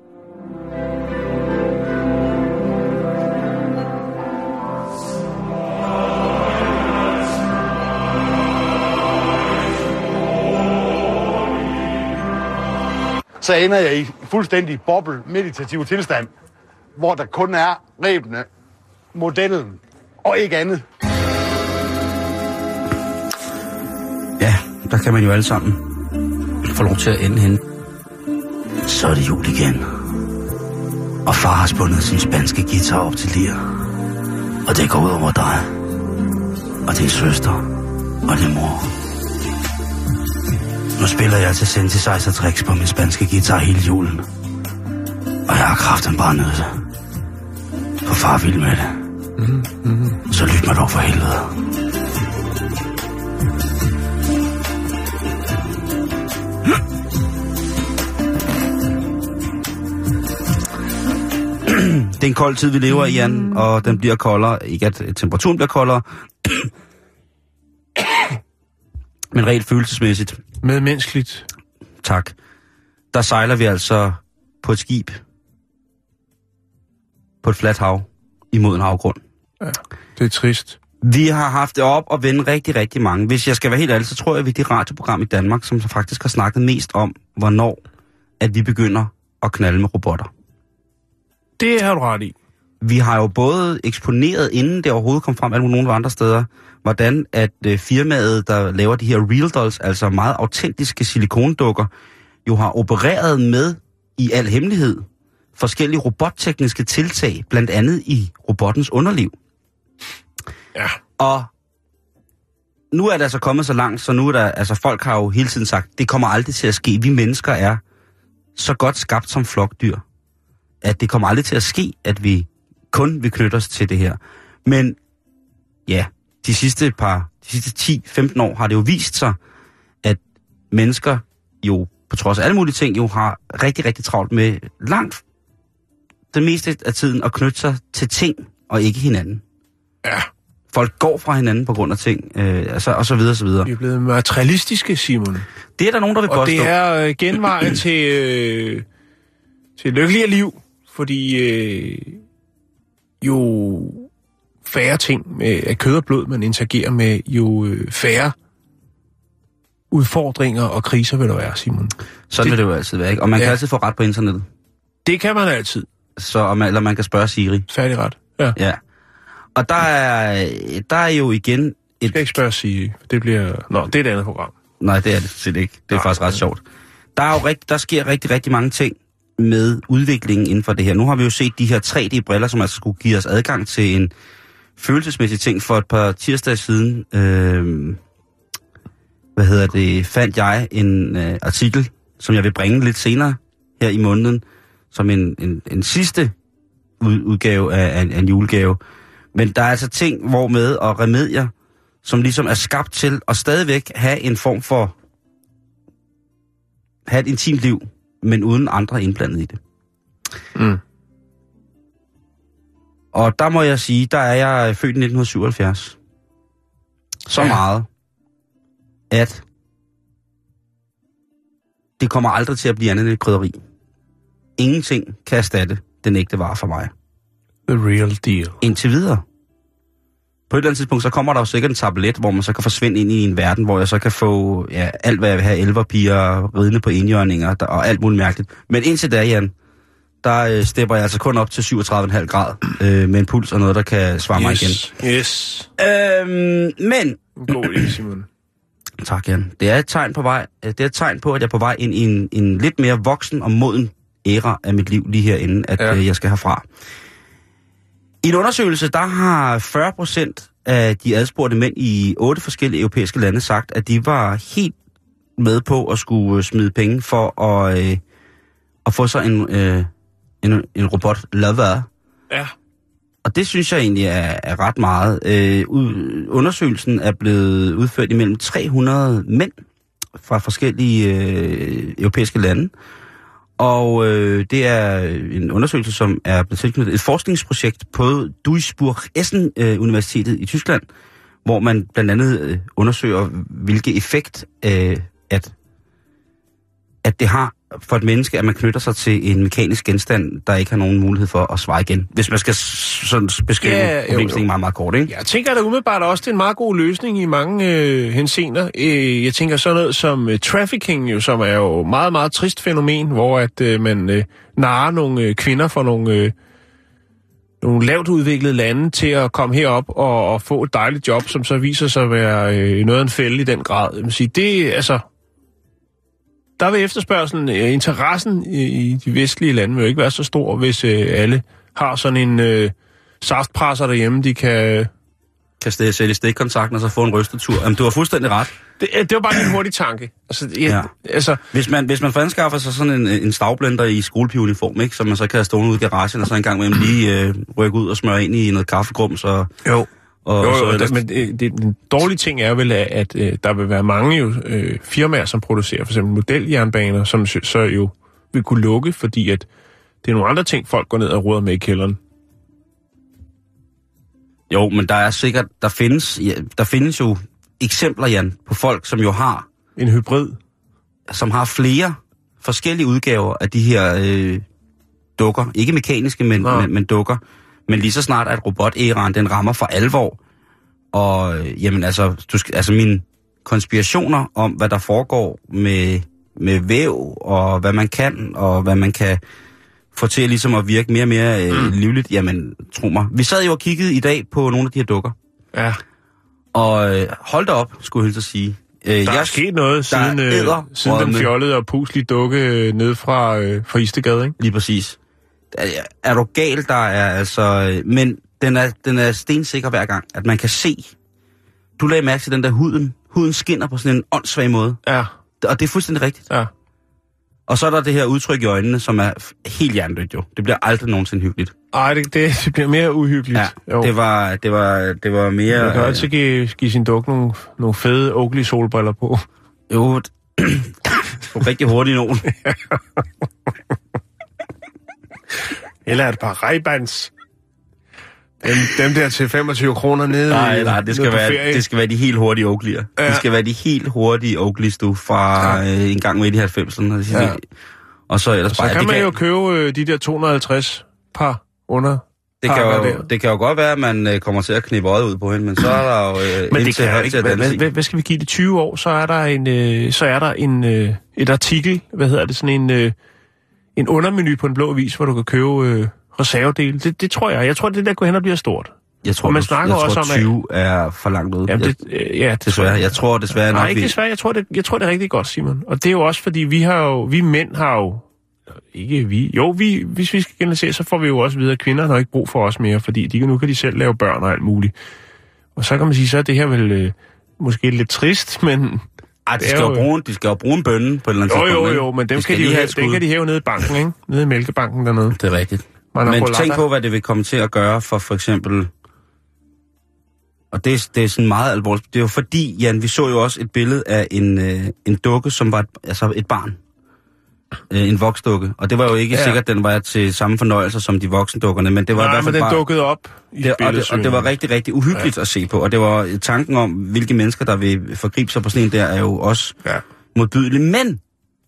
Så ender jeg i fuldstændig boble-meditativ tilstand, hvor der kun er rebene, modellen og ikke andet. Ja, der kan man jo alle sammen få lov til at ende hen. Så er det jul igen. Og far har spundet sin spanske guitar op til lir. Og det går ud over dig. Og din søster. Og din mor. Nu spiller jeg til synthesizer tricks på min spanske guitar hele julen. Og jeg har kraften bare nødt det. For far vil med det. Mm, mm. Så lyt mig dog for helvede. Det er en kold tid, vi lever i, Jan, og den bliver koldere. Ikke at temperaturen bliver koldere, men rent følelsesmæssigt. Medmenneskeligt. Tak. Der sejler vi altså på et skib på et fladt hav imod en afgrund. Ja, det er trist. Vi har haft det op og vende rigtig, rigtig mange. Hvis jeg skal være helt ærlig, så tror jeg, at vi er det radioprogram i Danmark, som så faktisk har snakket mest om, hvornår at vi begynder at knalde med robotter. Det har du ret i. Vi har jo både eksponeret, inden det overhovedet kom frem alle nogle andre steder, hvordan at øh, firmaet, der laver de her Real Dolls, altså meget autentiske silikondukker, jo har opereret med i al hemmelighed forskellige robottekniske tiltag, blandt andet i robottens underliv. Ja. Og nu er det altså kommet så langt, så nu er der, altså folk har jo hele tiden sagt, det kommer aldrig til at ske. Vi mennesker er så godt skabt som flokdyr, at det kommer aldrig til at ske, at vi kun vil knytte os til det her. Men ja, de sidste par, de sidste ti til femten år har det jo vist sig, at mennesker jo, på trods af alle mulige ting, jo har rigtig, rigtig travlt med langt det meste af tiden at knytte sig til ting, og ikke hinanden. Ja. Folk går fra hinanden på grund af ting, øh, altså, og så videre, og så videre. Vi er blevet materialistiske, Simon. Det er der nogen, der vil påstå. Og det er øh, genvejen til, øh, til lykkeligere liv, fordi øh, jo færre ting med, af kød og blod, man interagerer med, jo øh, færre udfordringer og kriser vil der være, Simon. Sådan det, vil det jo altid være, ikke? Og man ja. kan altid få ret på internettet. Det kan man altid. Så, og man, eller man kan spørge Siri. Færdig ret. Ja. Ja. Og der er, der er jo igen... Et... Jeg skal ikke spørge Siri. Det bliver... Nå, det er et andet program. Nej, det er det set ikke. Det er Nej, faktisk ret sjovt. Der, er jo rigt, der sker rigtig, rigtig mange ting med udviklingen inden for det her. Nu har vi jo set de her tre D-briller, som altså skulle give os adgang til en følelsesmæssig ting. For et par tirsdage siden, øh, hvad hedder det, fandt jeg en øh, artikel, som jeg vil bringe lidt senere her i måneden, som en, en, en sidste udgave af, af en julegave. Men der er altså ting, hvormed og remedier, som ligesom er skabt til at stadigvæk have en form for, have et intimt liv, men uden andre indblandet i det. Mm. Og der må jeg sige, der er jeg født i nitten syvoghalvfjerds. Så ja. meget, at det kommer aldrig til at blive andet end et krydderi. Ingenting kan erstatte den ægte vare for mig. The real deal. Indtil videre. På et eller andet tidspunkt, så kommer der jo sikkert en tablet, hvor man så kan forsvinde ind i en verden, hvor jeg så kan få ja, alt, hvad jeg vil have, elverpiger, ridende på indjørninger og alt muligt mærkeligt. Men indtil da, Jan, der øh, stepper jeg altså kun op til syvogtredive komma fem grad øh, med en puls og noget, der kan svare yes. mig igen. Yes. Øhm, men... God idé, Simon. Tak, Jan. Det er et tegn på vej. Det er et tegn på, at jeg er på vej ind i en, en lidt mere voksen og moden æra af mit liv lige herinde, at ja. øh, jeg skal herfra. I en undersøgelse, der har fyrre procent af de adspurgte mænd i otte forskellige europæiske lande sagt, at de var helt med på at skulle smide penge for at, øh, at få sig en, øh, en, en robot lover. Ja. Og det synes jeg egentlig er, er ret meget. Øh, undersøgelsen er blevet udført imellem tre hundrede mænd fra forskellige øh, europæiske lande. Og øh, det er en undersøgelse, som er blevet tilknyttet et forskningsprojekt på Duisburg-Essen-universitetet i Tyskland, hvor man blandt andet øh, undersøger, hvilke effekt øh, at, at det har for et menneske, at man knytter sig til en mekanisk genstand, der ikke har nogen mulighed for at svare igen. Hvis man skal sådan beskrive ja, problemstillingen meget, meget kort, ikke? Jeg tænker da umiddelbart også, det er en meget god løsning i mange øh, henseender. Øh, jeg tænker sådan noget som øh, trafficking, jo, som er jo meget, meget trist fænomen, hvor at øh, man øh, narrer nogle øh, kvinder fra nogle, øh, nogle lavt udviklede lande til at komme herop og, og få et dejligt job, som så viser sig at være øh, noget af en fælde i den grad. Jeg vil sige, det altså... Der vil efterspørgselen, interessen i de vestlige lande vil jo ikke være så stor, hvis øh, alle har sådan en øh, saftpresser derhjemme, de kan... Kan sætte stikkontakten og så få en rystetur. Jamen, du har fuldstændig ret. Det, det var bare en hurtig tanke. Altså, jeg, ja. altså... Hvis man, hvis man forandskaffer sig sådan en, en stavblender i skolepigeuniform, ikke, som man så kan stå ude i garagen, og så en gang med lige øh, rykke ud og smøre ind i noget kaffegrums og... Jo. Og, jo, jo, så ellers... men det, det, den dårlige ting er vel, at, at, at der vil være mange jo, øh, firmaer, som producerer for eksempel modeljernbaner, som så jo vil kunne lukke, fordi at det er nogle andre ting, folk går ned og roder med i kælderen. Jo, men der er sikkert, der findes, ja, der findes jo eksempler, Jan, på folk, som jo har... En hybrid. Som har flere forskellige udgaver af de her øh, dukker. Ikke mekaniske, men, men, men dukker. Men lige så snart, at robot-æraen, den rammer for alvor. Og jamen altså, du skal, altså mine konspirationer om, hvad der foregår med, med væv, og hvad man kan, og hvad man kan få til ligesom at virke mere og mere øh, mm. livligt, jamen tro mig. Vi sad jo og kiggede i dag på nogle af de her dukker. Ja. Og øh, hold da op, skulle jeg helst at sige. Øh, der jeg, er sket noget siden, øh, siden den fjollede og puslige dukke ned fra, øh, fra Istegade, ikke? Lige præcis. Er, er du gal, der er altså... Øh, men den er, den er stensikker hver gang, at man kan se... Du lagde mærke til den der huden. Huden skinner på sådan en åndssvag måde. Ja. Og det er fuldstændig rigtigt. Ja. Og så er der det her udtryk i øjnene, som er helt hjernedødt jo. Det bliver aldrig nogensinde hyggeligt. Ej, det, det, det bliver mere uhyggeligt. Ja, jo. det var, det var, det var mere... Man kan øh, altid give, give sin dukke nogle, nogle fede, Oakley solbriller på. Jo, det var rigtig hurtigt nogen. Eller er det bare Ray-Bans? Dem, dem der til femogtyve kroner nede. Nej, nej, det skal, være, det skal være de helt hurtige Oakley'er. Ja. Det skal være de helt hurtige Oakleys, du, fra ja. øh, en gang midt i halvfemserne. Ja. Og så ellers og så bare... kan det man kan, jo købe øh, de der to hundrede og halvtreds par under. Det kan, jo, det kan jo godt være, at man øh, kommer til at knippe øjet ud på hende, men så er der jo... Øh, men det kan ikke... Hvad, hvad, hvad skal vi give det tyve år? Så er der en, øh, så er der en øh, et artikel, hvad hedder det, sådan en, øh, en undermenu på en blå avis, hvor du kan købe... Øh, reservedele. Det, det tror jeg. Jeg tror, det der går hen og bliver stort. Jeg tror, man du, snakker jeg også tror om, tyve er for langt ud. Jamen, det, øh, ja, det desværre. Jeg tror desværre nok... Nej, ikke desværre. Jeg tror, det, jeg tror, det er rigtig godt, Simon. Og det er jo også, fordi vi har jo... Vi mænd har jo... Ikke vi. Jo, vi, hvis vi skal generalisere, så får vi jo også videre, at kvinder har ikke brug for os mere, fordi de, nu kan de selv lave børn og alt muligt. Og så kan man sige, så er det her vel øh, måske lidt trist, men... Ej, de skal, jo bruge, de skal jo bruge en bønne på et eller andet tidspunkt. Jo, jo, tidspunkt, jo, men dem de kan de, de have, den kan de hæve nede i banken, ikke? Nede i mælkebanken dernede. Det er rigtigt. Men tænk på, hvad det vil komme til at gøre for for eksempel... Og det er, det er sådan meget alvorligt. Det er jo fordi, Jan, vi så jo også et billede af en, øh, en dukke, som var et, altså et barn. Øh, en voksdukke. Og det var jo ikke ja. sikkert, at den var til samme fornøjelse som de voksendukkerne, men det var Nej, i hvert fald men den bare... dukkede op i det, og, det, og det var rigtig, rigtig uhyggeligt ja. at se på. Og det var tanken om, hvilke mennesker, der vil forgribe sig på sådan en der, er jo også ja. modbydelig. Men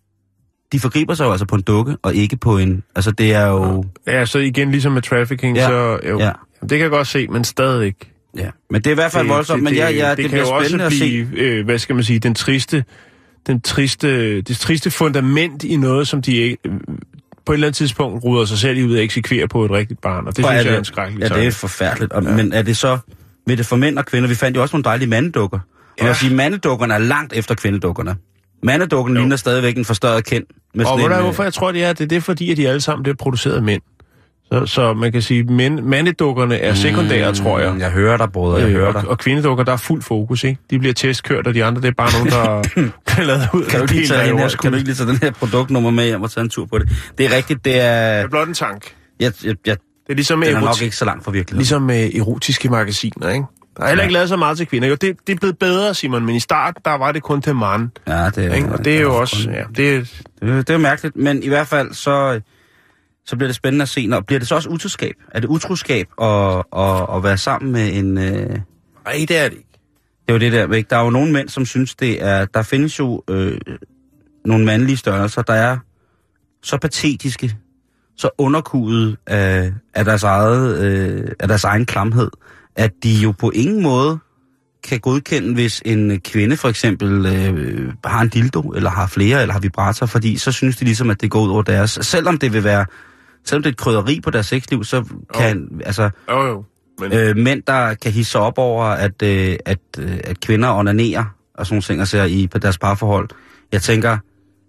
de forgriber sig jo altså på en dukke, og ikke på en... Altså, det er jo... Ja, så igen, ligesom med trafficking, ja. så... Jo, ja. Det kan jeg godt se, men stadig. Ja, men det er i hvert fald det, voldsomt, men ja, ja, det, det, det bliver spændende at se. Øh, hvad skal man sige, den triste... Den triste, det triste fundament i noget, som de øh, på et eller andet tidspunkt ruder sig selv ud og eksekverer på et rigtigt barn, og det og synes jeg er en skrækkelig Ja, det er forfærdeligt. Og, ja. Men er det så... Vil det for mænd og kvinder? Vi fandt jo også nogle dejlige mandedukker. Og ja. sige, mandedukkerne er langt efter kvindedukkerne. Mandedukken ligner stadigvæk en forstørret kind. Med og en, der, hvorfor jeg tror, det er, det er det, fordi at de alle sammen bliver produceret mænd. Så, så man kan sige, at mandedukkerne er sekundære, mm, tror jeg. Jeg hører dig, brødre, jeg øh, hører og, dig. Og kvindedukker, der er fuld fokus, ikke? De bliver testkørt, og de andre, det er bare nogen, der kan lade ud. Kan du, lige tage her, kan du ikke lige tage den her produktnummer med hjem og tage en tur på det? Det er rigtigt, det er... Det er blot en tank. Jeg, jeg, jeg, det er ligesom den er nok ikke så langt fra virkeligheden. Ligesom med erotiske magasiner, ikke? Der er heller ikke lavet så meget til kvinder. Jo, det, det er blevet bedre, Simon, men i starten, der var det kun til mand. Ja, det er... Ikke? Og det er jo også... Ja, det, er, det, det er mærkeligt, men i hvert fald, så... Så bliver det spændende at se, når bliver det så også utroskab? Er det utroskab at, at, at være sammen med en... Øh... Nej, det er det ikke. Det er jo det der, ikke? Der er jo nogle mænd, som synes, det er... Der findes jo øh, nogle mandlige størrelser, der er så patetiske, så underkudet af, af, deres, eget, øh, af deres egen klamhed, at de jo på ingen måde kan godkende, hvis en kvinde for eksempel øh, har en dildo, eller har flere, eller har vibrator, fordi så synes de ligesom, at det går ud over deres... Selvom det vil være... Selvom det er et krydderi på deres sexliv, så kan... Oh. Altså, oh, jo. Men... Øh, mænd, der kan hisse sig op over, at, øh, at, øh, at kvinder onanerer, og sådan nogle ting, og ser i på deres parforhold. Jeg tænker,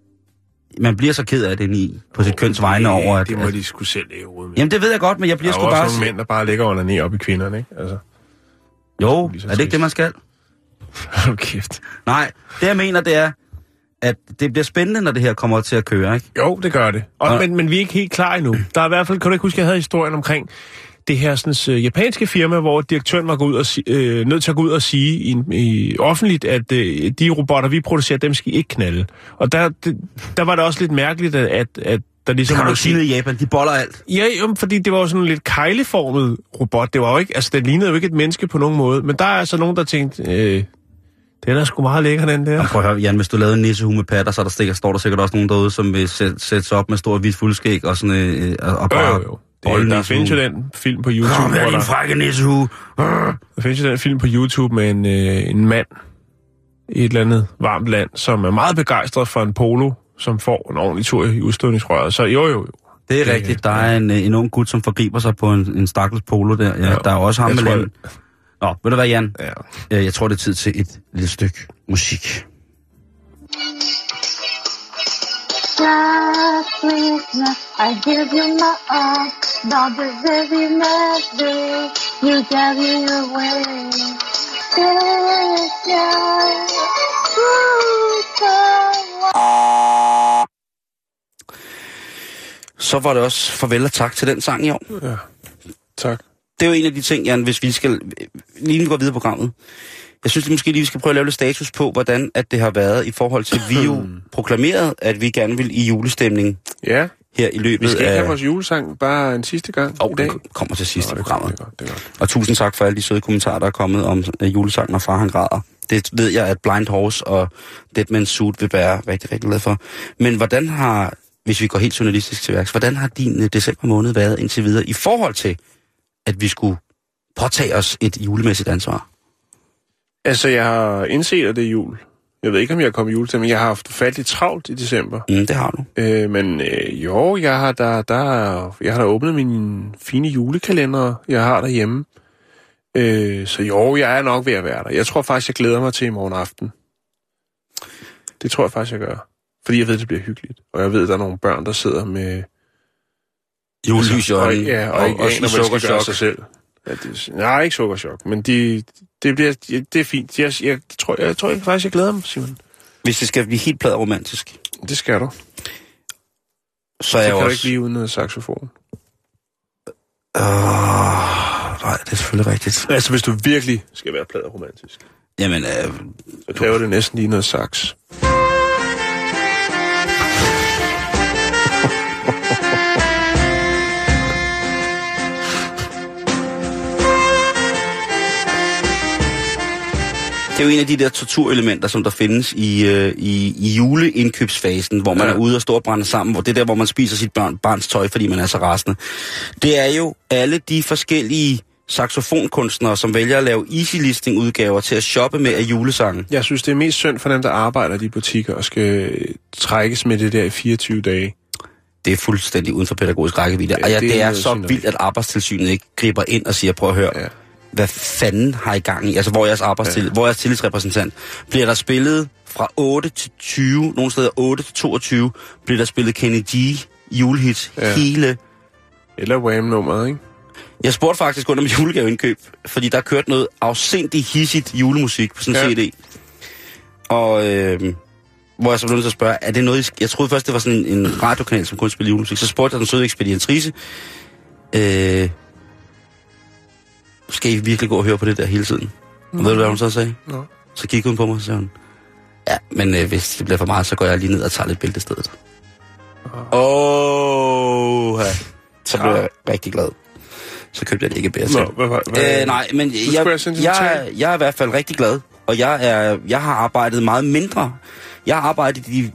man bliver så ked af det i på sit oh, køns vegne over, at... Det må at, de sgu selv leve ud med. Jamen, det ved jeg godt, men jeg bliver sgu bare... Der er også nogle mænd, der bare ligger og onanerer op i kvinderne, ikke? Altså... Jo, er det ikke det, man skal? Hold kæft. Nej, det jeg mener, det er, at det bliver spændende, når det her kommer til at køre, ikke? Jo, det gør det. Og, og... Men, men vi er ikke helt klar endnu. Der er i hvert fald, kan du ikke huske, jeg havde historien omkring det her sådan, uh, japanske firma, hvor direktøren var ud og, uh, nødt til at gå ud og sige i, i, offentligt, at uh, de robotter, vi producerer, dem skal ikke knalde. Og der, det, der var det også lidt mærkeligt, at, at, at der ligesom... Kan du sige noget i Japan? De boller alt. Ja, jo, fordi det var jo sådan en lidt kejleformet robot. Det var jo ikke... Altså, den lignede jo ikke et menneske på nogen måde. Men der er altså nogen, der tænkte... Øh, Den er sgu meget lækker, den der. Og prøv at høre, Jan, hvis du lavede en nissehue med patter, så der stikker, står der sikkert også nogen derude, som vil sætte, sætte sig op med stor hvidt fuldskæg og sådan øh, og bare... Jo, jo, jo. Det, der findes jo den film på YouTube, Kom her, din frække nissehue! Der findes jo den film på YouTube med en, øh, en mand i et eller andet varmt land, som er meget begejstret for en polo, som får en ordentlig tur i udstødningsrøret. Så jo, jo, jo. Det er det, rigtigt. Der er en, en ung gut, som forgriber sig på en, en stakkels polo der. Ja, ja, der er også ham med land. Nå, ved du hvad, Jan? Ja. Jeg tror, det er tid til et lille stykke musik. Last Christmas, I give you my all, but the very next day, you gave me away. This year, Så var det også farvel og tak til den sang i år. Ja, tak. Det er jo en af de ting, Jan, hvis vi skal lige gå videre på programmet. Jeg synes, at måske lige vi skal prøve at lave lidt status på, hvordan at det har været i forhold til, vi jo proklamerede, at vi gerne vil i julestemning ja. her i løbet af... Vi skal ikke have vores julesang bare en sidste gang oh, i dag. kommer til sidste Nå, programmet. Det er godt, det er godt. Og tusind tak for alle de søde kommentarer, der er kommet om uh, julesangen og Far han græder. Det ved jeg, at Blind Horse og Dead Man's Suit vil være rigtig, rigtig glad for. Men hvordan har, hvis vi går helt journalistisk til værks, hvordan har din uh, december måned været indtil videre i forhold til, at vi skulle påtage os et julemæssigt ansvar? Altså, jeg har indset, at det er jul. Jeg ved ikke, om jeg er kommet i julestemning. Jeg har haft fattigt travlt i december. Mm, det har du. Øh, men øh, jo, jeg har da, der, jeg har da åbnet mine fine julekalender, jeg har derhjemme. Øh, så jo, jeg er nok ved at være der. Jeg tror faktisk, jeg glæder mig til i morgen aften. Det tror jeg faktisk, jeg gør. Fordi jeg ved, det bliver hyggeligt. Og jeg ved, der er nogle børn, der sidder med... Julelys i øjnene. Ja, og, og, og ikke aner, hvad de skal gøre sig selv. Ja, det, nej, ikke sukkerchok, men de, det, bliver, det er fint. Jeg, jeg, tror, jeg, jeg tror jeg, faktisk, jeg glæder mig, Simon. Hvis det skal blive helt pladet romantisk. Det skal du. Så er det jeg kan også... du ikke lige uden noget saxofon. Uh, nej, det er selvfølgelig rigtigt. Altså, hvis du virkelig skal være pladet romantisk. Jamen, øh... så kræver det næsten lige noget sax. Det er jo en af de der torturelementer, som der findes i, øh, i, i juleindkøbsfasen, hvor man ja. er ude og stå og brænde sammen, hvor det er der, hvor man spiser sit børn, barns tøj, fordi man er så rasende. Det er jo alle de forskellige saxofonkunstnere, som vælger at lave easy-listing-udgaver til at shoppe med af julesangen. Jeg synes, det er mest synd for dem, der arbejder i de butikker og skal trækkes med det der i fireogtyve dage. Det er fuldstændig uden for pædagogisk rækkevidde. Ja, og ja, det, det er, er så vildt, at Arbejdstilsynet ikke griber ind og siger, prøv at høre... Ja. Hvad fanden har I gang i? Altså, hvor er jeres arbejdstillid, ja. hvor er jeres tillidsrepræsentant? Bliver der spillet fra otte til tyve, nogle steder otte til toogtyve, bliver der spillet Kenny G julehit ja. hele... Eller Wham-nummeret, ikke? Jeg spurgte faktisk under mit julegaveindkøb, fordi der kørte noget afsindigt hissigt julemusik på sådan en ja. C D. Og øh, hvor jeg så blev nødt til at spørge, er det noget, I... Jeg troede først, det var sådan en, en radiokanal, som kunne spille julemusik. Så spurgte jeg den søde ekspedientrice, øh... skal I virkelig gå og høre på det der hele tiden? Og mm. ved du, hvad hun så sagde? No. Så kiggede hun på mig, og sagde hun, ja, men øh, hvis det bliver for meget, så går jeg lige ned og tager lidt bæltestedet. Åh, oh, ja. Så blev jeg rigtig glad. Så købte jeg det ikke bedre til. No, hvad, hvad, hvad, øh, nej, men jeg, jeg, jeg, jeg er i hvert fald rigtig glad, og jeg, er, jeg har arbejdet meget mindre. Jeg har arbejdet i...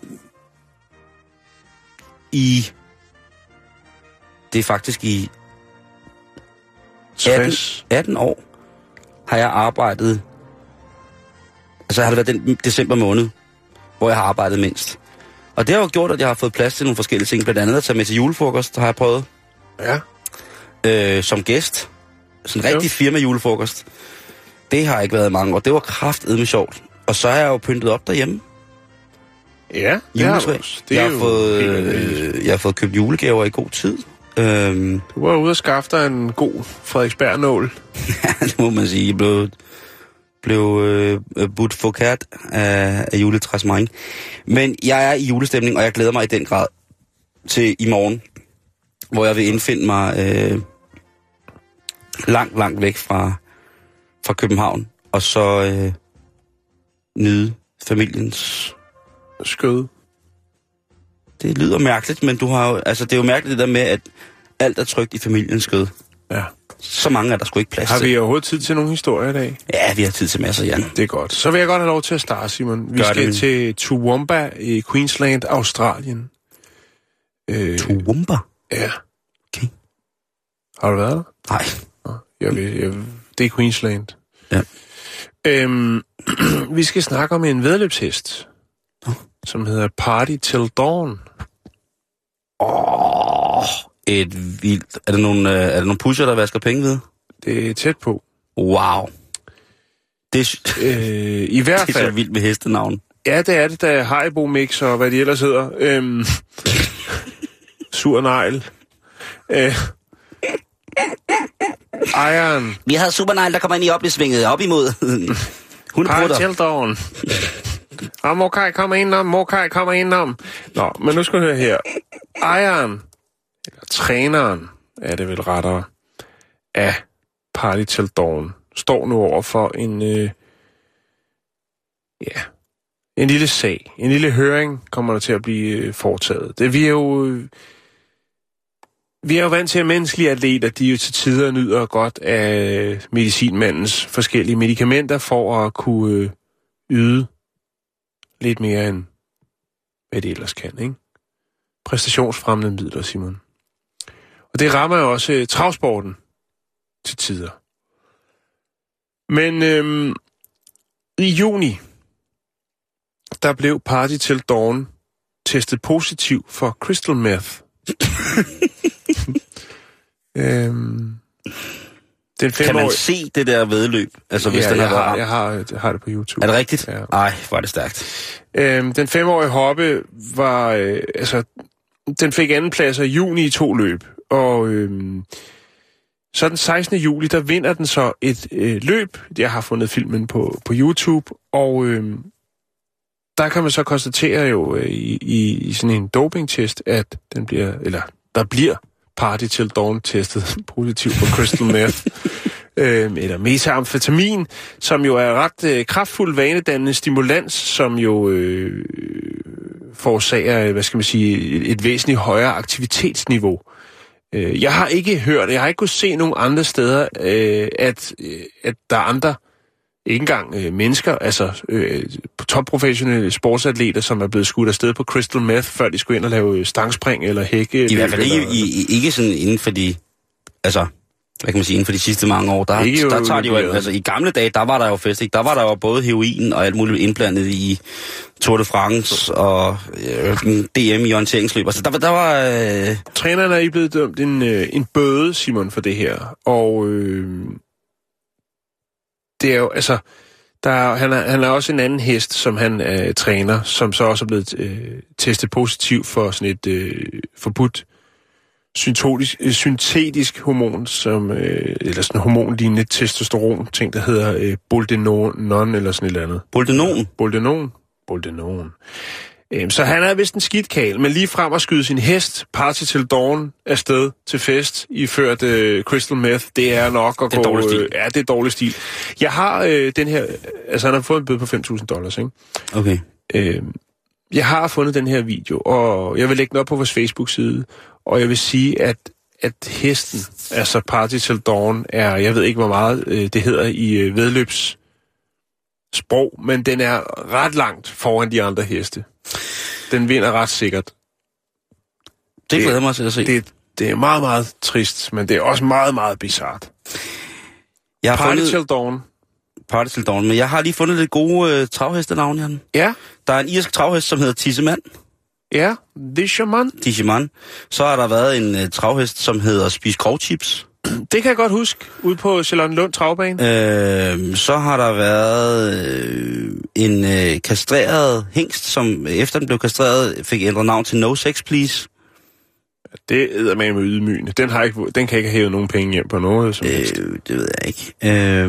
i det er faktisk i... atten, atten år har jeg arbejdet, altså har det været den december måned, hvor jeg har arbejdet mindst. Og det har jo gjort, at jeg har fået plads til nogle forskellige ting, blandt andet at tage med til julefrokost, har jeg prøvet. Ja. Øh, som gæst. Sådan en rigtig firma julefrokost. Det har ikke været mange år. Det var kraftedme sjovt. Og så har jeg jo pyntet op derhjemme. Ja, det har du også. Det jeg, har fået, øh, jeg har fået købt julegaver i god tid. Øhm, du var ude og skaffe dig en god Frederiksberg-nål. Ja, det må man sige. Jeg blev, blev øh, budt forkert af, af juletræsmang. Men jeg er i julestemning, og jeg glæder mig i den grad til i morgen, hvor jeg vil indfinde mig øh, langt, langt væk fra, fra København, og så øh, nyde familiens skød. Det lyder mærkeligt, men du har jo, altså det er jo mærkeligt det der med, at alt er trygt i familiens skød. Ja. Så mange er der sgu ikke plads Har til. vi overhovedet tid til nogle historier i dag? Ja, vi har tid til masser, Jan. Det er godt. Så vil jeg godt have lov til at starte, Simon. Vi Gør skal det. til Toowoomba i Queensland, Australien. Øh, Toowoomba? Ja. Okay. Har du været der? Nej. Jeg ved, jeg, det er Queensland. Ja. Øhm, vi skal snakke om en væddeløbshest, Nå. som hedder Party Till Dawn. Åh, et vildt... Er der nogle, øh, er der nogle pusher, der vasker penge ved? Det er tæt på. Wow. Det, Øh, I hvert det er så fald... vildt med hestenavn. Ja, det er det, der er Haribo Mix og hvad de ellers hedder. Øhm, sur negl. Øh, ejeren. Vi havde Supernegl, der kommer ind i opløsvinget op imod Party hundeprutter. Till Dawn. Og Mokai kommer ind om, Mokai kommer ind om. Nå, men nu skal du høre her. Ejeren, eller træneren, er det vel rettere, af Party Till Dawn, står nu over for en, øh, ja, en lille sag. En lille høring kommer der til at blive øh, foretaget. Det, vi er jo... Øh, Vi er jo vant til, at menneskelige atleter, de jo til tider nyder godt af medicinmandens forskellige medicamenter for at kunne øh, yde lidt mere end hvad de ellers kan, ikke? Præstationsfremmende midler, Simon. Og det rammer jo også øh, travsporten til tider. Men øh, i juni, der blev Party Till Dawn testet positiv for crystal meth. øhm, den Kan man se det der væddeløb? Altså, hvis ja, den jeg, har, har, jeg, har, jeg har det på YouTube. Er det rigtigt? Ja. Ej, hvor er det stærkt. Øhm, den femårige Hoppe var, øh, altså, den fik anden plads i juni i to løb, og øhm, så den sekstende juli, der vinder den så et øh, løb. Jeg har fundet filmen på, på YouTube, og øhm, der kan man så konstatere jo øh, i, i, i sådan en dopingtest, at den bliver, eller der bliver Party Till Dawn testet positiv for crystal meth, øh, eller metamfetamin, som jo er ret øh, kraftfuld vanedannende stimulans, som jo øh, forårsager, hvad skal man sige, et, et væsentligt højere aktivitetsniveau. Øh, jeg har ikke hørt, jeg har ikke kunnet se nogen andre steder, øh, at, øh, at der er andre, ikke engang øh, mennesker, altså øh, topprofessionelle sportsatleter, som er blevet skudt afsted på crystal meth, før de skulle ind og lave stangspring eller hække. I hvert fald ikke, eller, i, i, ikke sådan inden for de, altså, hvad kan man sige, inden for de sidste mange år. Der, der tager de jo, altså i gamle dage, der var der jo fest, ikke? Der var der jo både heroin og alt muligt indblandet i Tour de France og øh, D M i orienteringsløb. Altså der, der var... Øh... Træneren er I blevet dømt en, øh, en bøde, Simon, for det her, og... Øh, det er jo, altså, der er, han, er, han er også en anden hest, som han øh, træner, som så også er blevet øh, testet positiv for sådan et øh, forbudt syntetisk, øh, syntetisk hormon, som, øh, eller sådan en hormonlignende testosteron, ting, der hedder øh, boldenon, eller sådan et eller andet. Boldenon? Boldenon. Boldenon. Øhm, så han er vist en skidtkal, men lige frem at skyde sin hest, Party Till Dawn, afsted til fest, iført øh, crystal meth, det er nok at det er gå... dårlig stil. Øh, ja, det er dårlig stil. Jeg har øh, den her... Altså, han har fået en bøde på fem tusind dollars, ikke? Okay. Øhm, jeg har fundet den her video, og jeg vil lægge den op på vores Facebook-side, og jeg vil sige, at, at hesten, altså Party Till Dawn, er... Jeg ved ikke, hvor meget øh, det hedder i øh, vedløbs sprog, men den er ret langt foran de andre heste. Den vinder ret sikkert. Det glæder mig til at se. Det, det er meget, meget trist, men det er også meget, meget bizart. Jeg har Party fundet... Till Dawn. Party Till Dawn, men jeg har lige fundet lidt gode øh, travhestenavn, Jan. Ja. Der er en irsk travhest, som hedder Tissemann. Ja, Dishaman. Tissemann. Så har der været en øh, travhest, som hedder Spis Grovchips. Det kan jeg godt huske, ude på Charlottenlund Travbane. Øh, så har der været øh, en øh, kastreret hængst, som efter den blev kastreret, fik ændret navn til No Sex Please. Det æder med med ydmygende. Den, har ikke, den kan ikke have hævet nogen penge hjem på noget. Som Øh, det ved jeg ikke. Øh,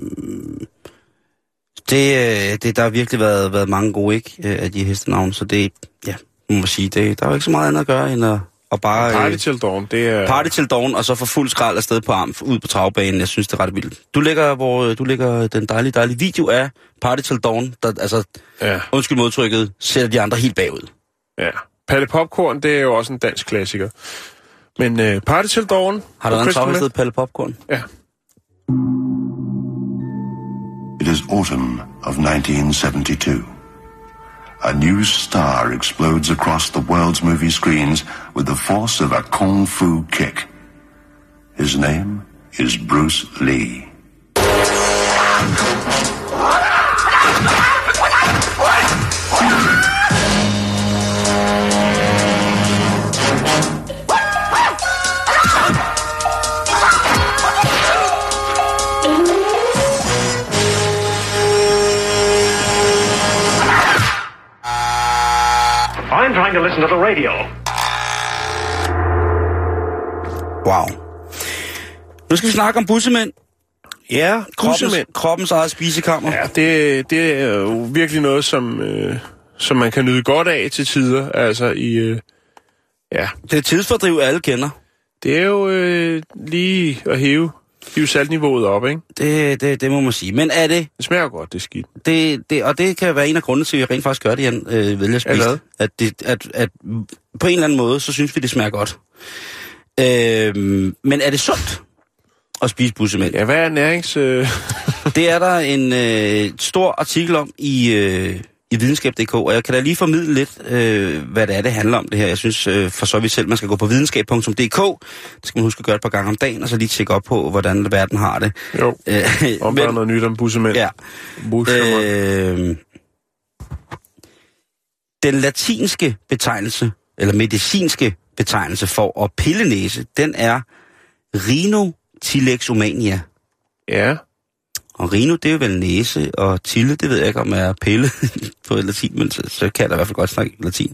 det, øh, det, der har virkelig været, været mange gode, ikke, øh, af de hestenavne, så det, ja, må man sige, det, der er jo ikke så meget andet at gøre, end at, at bare... Party Øh, Till Dawn, det er... Party Till Dawn, og så få fuld skrald afsted på arm, ud på travbanen. Jeg synes, det er ret vildt. Du lægger, hvor, du lægger den dejlige, dejlige video af Party Till Dawn, der, altså, Ja. undskyld modtrykket, sætter de andre helt bagud. Ja. Palle Popcorn, det er jo også en dansk klassiker. Men øh, Party Till Dawn... Har der en travhæstet Palle Popcorn? Ja. It is autumn of nineteen seventy-two. A new star explodes across the world's movie screens with the force of a kung fu kick. His name is Bruce Lee. I'm trying to listen to the radio. Wow. Nu skal vi snakke om bussemænd. Ja, Kroppens, bussemænd. kroppens eget spisekammer. Ja, det, det er jo virkelig noget, som, øh, som man kan nyde godt af til tider. Altså i... Øh, ja. Det er tidsfordriv, alle kender. Det er jo øh, lige at hæve, hæve saltniveauet op, ikke? Det, det, det må man sige. Men er det... Det smager godt, det er skidt. Det, det, og det kan være en af grundene til, at jeg rent faktisk gør det, Jan, øh, vælger at spise. Ja, at, det, at, at på en eller anden måde, så synes vi, det smager godt. Øh, men er det sundt at spise bussemænd? Ja, hvad er nærings... Øh... Det er der en øh, stor artikel om i, øh, i videnskab punktum d k, og jeg kan da lige formidle lidt, øh, hvad det er, det handler om det her. Jeg synes øh, for så vidt selv, man skal gå på videnskab punktum d k. Det skal man huske at gøre et par gange om dagen, og så lige tjekke op på, hvordan verden har det. Jo, om der er noget nyt om bussemænd. Ja. Øh... Den latinske betegnelse, eller medicinske betegnelse for at pille næse, den er rhinotilexomania. Ja. Og rhino, det er vel næse, og tille, det ved jeg ikke, om er pille på latin, men så, så kan jeg da i hvert fald godt snakke latin.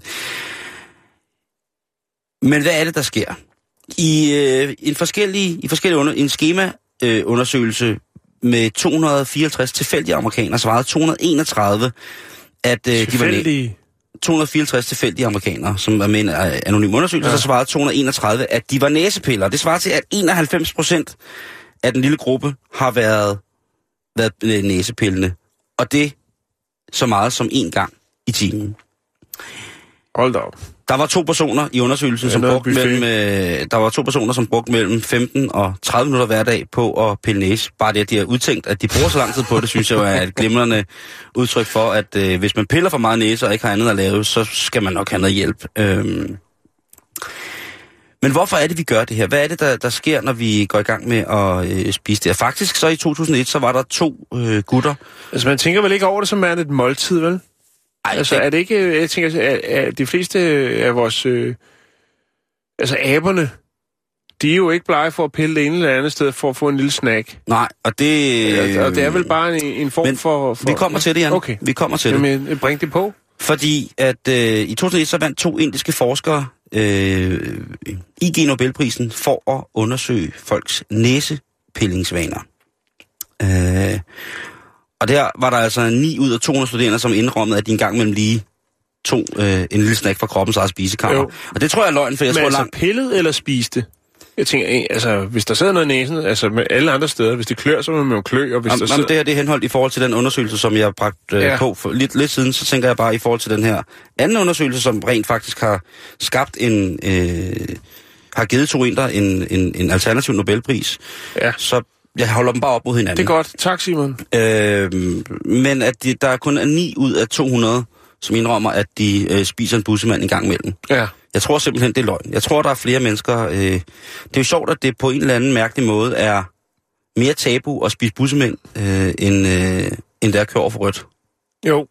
Men hvad er det, der sker? I øh, en forskellig, i forskellige under, en skema-undersøgelse øh, med to hundrede og fireoghalvtreds tilfældige amerikanere, svarede to hundrede og enogtredive, at øh, de var næ- to hundrede og fireoghalvtreds tilfældige amerikanere, som var med en anonym undersøgelse, ja. Så svarede to hundrede og enogtredive, at de var næsepiller. Det svarer til, at enoghalvfems procent af den lille gruppe har været, været næsepillende. Og det så meget som en gang i timen. Hold da op. Der var to personer i undersøgelsen, som brugte mellem, øh, der var to personer, som brugte mellem femten og tredive minutter hver dag på at pille næse. Bare det, at de har udtænkt, at de bruger så lang tid på det, synes jeg er et glimrende udtryk for, at øh, hvis man piller for meget næse og ikke har andet at lave, så skal man nok have noget hjælp. Øhm. Men hvorfor er det, vi gør det her? Hvad er det, der, der sker, når vi går i gang med at øh, spise det? Faktisk så i to tusind og et, så var der to øh, gutter. Altså man tænker vel ikke over det som er et måltid, vel? Ej, altså, det... er det ikke... Jeg tænker, at, at de fleste af vores... Øh, altså, aberne, de er jo ikke blege for at pille det ene eller andet sted for at få en lille snack. Nej, og det... Ja, og det er vel bare en, en form Men for, for... vi kommer til det, Jan. Okay. Vi kommer til Jamen, det. bring det på. Fordi at øh, i to tusind og et, så vandt to indiske forskere øh, I G Nobelprisen for at undersøge folks næsepillingsvaner. Øh... Og der var der altså ni ud af to hundrede studerende, som indrømmede, at de engang mellem lige tog øh, en lille snack fra kroppens eget spisekammer. Jo. Og det tror jeg er løgn, for jeg Men tror altså langt... pillet eller spiste? Jeg tænker, altså, hvis der sidder noget i næsen, altså med alle andre steder, hvis det klør, så må man jo klø, og hvis Am, der sidder... sidder... det her det er henholdt i forhold til den undersøgelse, som jeg har bragt øh, ja. på for lidt, lidt siden, så tænker jeg bare i forhold til den her anden undersøgelse, som rent faktisk har skabt en... Øh, har givet to inder en, en, en alternativ Nobelpris. Ja. Så jeg holder dem bare op mod hinanden. Det er godt. Tak, Simon. Øh, men at de, der kun er ni ud af to hundrede, som indrømmer, at de øh, spiser en bussemand en gang imellem. Ja. Jeg tror simpelthen, det er løgn. Jeg tror, der er flere mennesker... Øh, det er jo sjovt, at det på en eller anden mærkelig måde er mere tabu at spise bussemænd, øh, end, øh, end det er at køre over for rødt. Jo.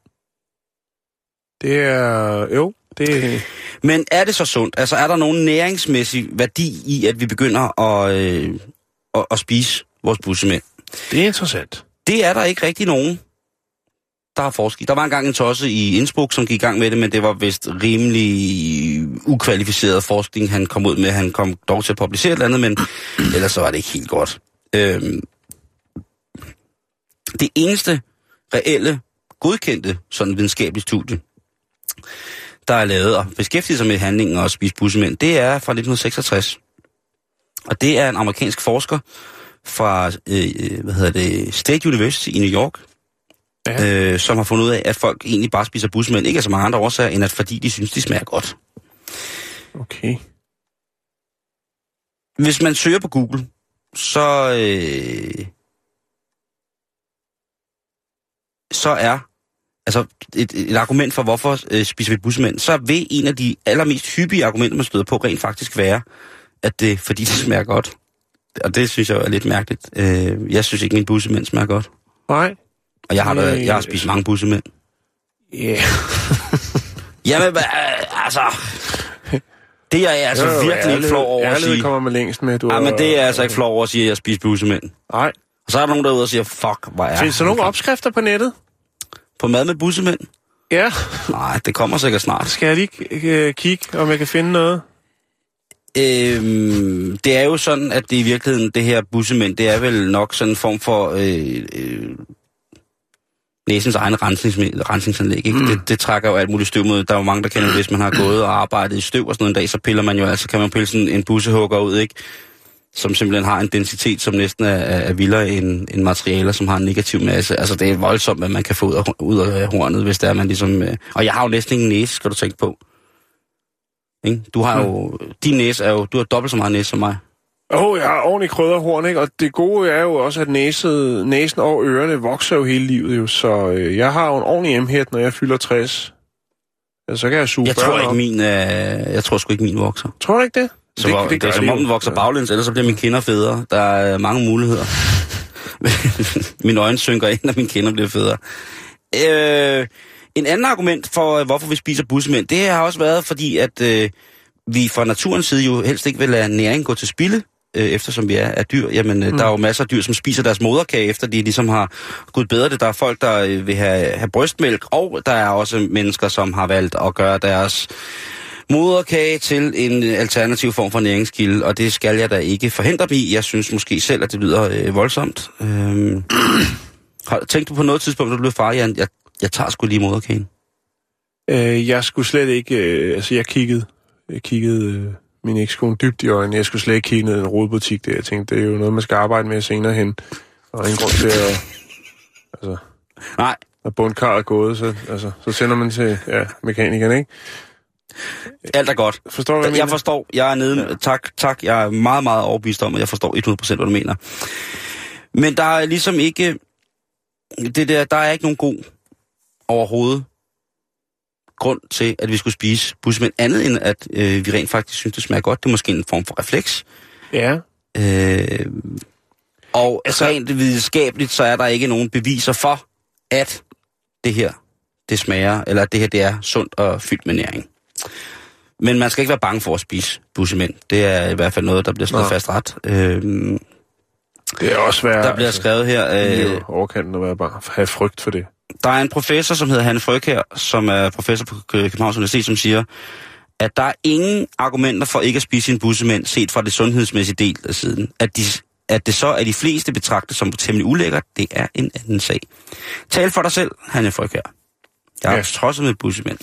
Det er... Jo, det... Men er det så sundt? Altså, er der nogen næringsmæssig værdi i, at vi begynder at, øh, at, at spise vores bussemænd? Det er interessant. Det er der ikke rigtig nogen, der har forsket. Der var engang en tosse i Innsbruck, som gik i gang med det, men det var vist rimelig ukvalificeret forskning, han kom ud med. Han kom dog til at publicere et eller andet, men ellers så var det ikke helt godt. Øhm, det eneste reelle, godkendte sådan videnskabelige studie, der er lavet og beskæftiget sig med handlingen og spise bussemænd, det er fra nitten seksogtres. Og det er en amerikansk forsker fra øh, hvad hedder det, State University i New York, ja. øh, som har fundet ud af, at folk egentlig bare spiser bussemænd, ikke af så mange andre årsager, end at fordi de synes, de smager godt. Okay. hvis man søger på Google, så, øh, så er, altså et, et argument for, hvorfor øh, spiser vi bussemænd, så vil en af de allermest hyppige argumenter, man støder på, rent faktisk være, at det fordi det smager godt. Og det synes jeg er lidt mærkeligt. Øh, jeg synes ikke, min bussemænd smager godt. Nej. Og jeg har, da, jeg har spist mange bussemænd. Ja. Yeah. Jamen, altså... Det er jeg altså jo, virkelig ærlig, ikke flov over at sige. Kommer man længst med, du Nej, men det er altså ikke flov over at sige, at jeg spiser bussemænd. Nej. Og så er der nogen derude og siger, fuck, hvor er... Findes der nogle opskrifter på nettet? På mad med bussemænd? Ja. Nej, det kommer sikkert snart. Skal jeg lige uh, kigge, om jeg kan finde noget? Øhm, det er jo sådan, at det i virkeligheden, det her bussemænd, det er vel nok sådan en form for øh, øh, næsens egen rensningsanlæg, ikke? Mm. Det, det trækker jo alt muligt støv mod. Der er jo mange, der kender det, hvis man har gået og arbejdet i støv og sådan noget en dag, så piller man jo, altså kan man pille sådan en bussehugger ud, ikke? Som simpelthen har en densitet, som næsten er, er vildere end, end materialer, som har en negativ masse. Altså det er voldsomt, hvad man kan få ud af, ud af hornet, hvis det er, man ligesom... Øh, og jeg har jo næsten ingen næse, skal du tænke på. Ikke? Du har jo... Mm. Din næse er jo... Du har dobbelt så meget næse som mig. Åh, oh, jeg har ordentligt krydderhorn, ikke? Og det gode er jo også, at næset, næsen og ørerne vokser jo hele livet, jo. Så øh, jeg har jo en ordentlig emhed, når jeg fylder tres. Ja, så kan jeg suge jeg tror ikke, min, øh, jeg tror sgu ikke, min vokser. Tror du ikke det? Så det, det, det, det er som om, den vokser ja. baglæns, ellers så bliver mine kinder federe. Der er mange muligheder. Mine øjne synker ind, og mine kinder bliver federe. Øh, en anden argument for, hvorfor vi spiser bussemænd, det har også været, fordi at øh, vi fra naturens side jo helst ikke vil lade næring gå til spilde, øh, eftersom vi er, er dyr. Jamen, mm. der er jo masser af dyr, som spiser deres moderkage, efter de ligesom har gået bedre det. Der er folk, der øh, vil have, have brystmælk, og der er også mennesker, som har valgt at gøre deres moderkage til en alternativ form for næringskilde, og det skal jeg da ikke forhindre dem i. Jeg synes måske selv, at det lyder øh, voldsomt. Øhm, tænkte du på noget tidspunkt, da du blev far, Jan? Jeg, jeg tager sgu lige moderkagen. Øh, jeg skulle slet ikke... Øh, altså, jeg kiggede, jeg kiggede øh, min ekskone dybt i øjnene. Jeg skulle slet ikke kigge ned i en rodebutik der. Jeg tænkte, det er jo noget, man skal arbejde med senere hen. Og ingen grund til at... Altså, nej. Når bundkarret er gået, så, altså, så sender man til ja, mekanikeren, ikke? Alt er godt. Forstår du, hvad jeg, jeg forstår. Jeg er nede. Ja. Tak, tak. Jeg er meget, meget overbevist om, at jeg forstår hundrede procent, hvad du mener. Men der er ligesom ikke... Det der, der er ikke nogen god overhovedet grund til, at vi skulle spise bussemænd, andet end at øh, vi rent faktisk synes, det smager godt. Det er måske en form for refleks. Ja. Øh, og altså, rent videnskabeligt, så er der ikke nogen beviser for, at det her, det smager, eller at det her, det er sundt og fyldt med næring. Men man skal ikke være bange for at spise bussemænd. Det er i hvert fald noget, der bliver slået fast ret. Øhm, det er også værd, der bliver altså, skrevet her... Øh, overkanten at være bare have frygt for det. Der er en professor, som hedder Hanne Frøk her, som er professor på Københavns Universitet, som siger, at der er ingen argumenter for ikke at spise sin bussemænd, set fra det sundhedsmæssige del af siden. At, de, at det så er de fleste betragtet som temmelig ulækkert, det er en anden sag. Tal for dig selv, Hanne Frøk her. Jeg har ja. trodset med bussemænd.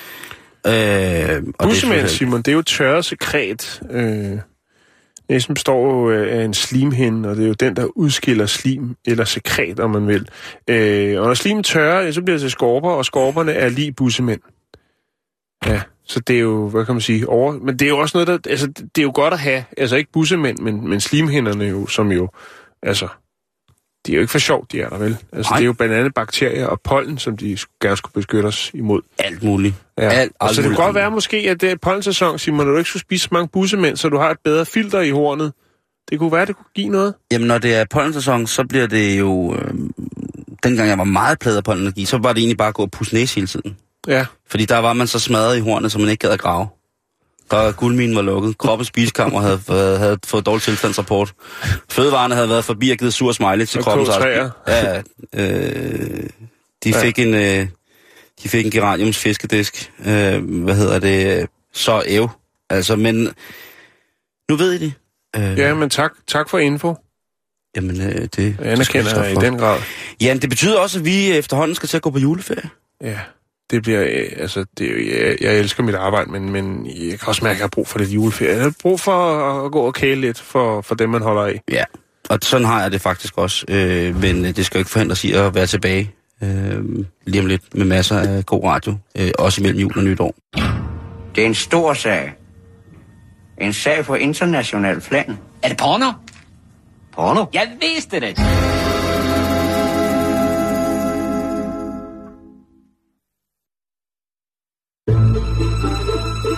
Øh, bussemænd, Simon, det er jo tørret sekret. Øh, næsten består jo af en slimhinde, og det er jo den, der udskiller slim, eller sekret, om man vil. Øh, og når slimen tørrer, så bliver det til skorper, og skorperne er lige bussemænd. Ja, så det er jo, hvad kan man sige, over... Men det er jo også noget, der... Altså, det er jo godt at have, altså ikke bussemænd, men, men slimhinderne jo, som jo, altså... De er jo ikke for sjovt, de er der vel. Altså, det er jo blandt andet bakterier og pollen, som de gerne skulle beskytte os imod. Alt muligt. Ja. Alt, alt så det kan godt være måske, at det er pollensæson, Simon, når du ikke skulle spise så mange bussemænd, så du har et bedre filter i hornet. Det kunne være, at det kunne give noget. Jamen, når det er pollensæson, så bliver det jo... Øh, dengang jeg var meget plaget af pollenallergi, så var det egentlig bare at gå og pusse næse hele tiden. Ja. Fordi der var man så smadret i hornet, så man ikke gad at grave. Og guldminen var lukket. Kroppens spisekammer havde, havde fået dårlig tilstandsrapport. Fødevarene havde været forbi og givet sur smiley til kroppens eget. Ja, øh, de fik ja. en øh, de fik en geraniums fiskedæsk. Øh, hvad hedder det? Så æv. Altså, men nu ved I det. Øh, ja, men tak, tak for info. Jamen, øh, det... Jeg anerkender jeg i den grad. Ja, det betyder også, at vi efterhånden skal til at gå på juleferie. Ja. Det bliver, altså, det, jeg, jeg elsker mit arbejde, men, men jeg kan også mærke, at jeg har brug for lidt juleferie. Jeg har brug for at gå og kæle lidt for, for dem, man holder af. Ja, og sådan har jeg det faktisk også. Øh, men det skal jo ikke forhindre sig at være tilbage øh, lige om lidt med masser af god radio. Øh, også imellem jul og nytår. Det er en stor sag. En sag for international plan. Er det porno? Porno? Jeg vidste det.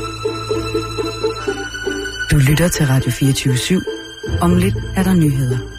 Du lytter til Radio fireogtyve syv. Om lidt er der nyheder.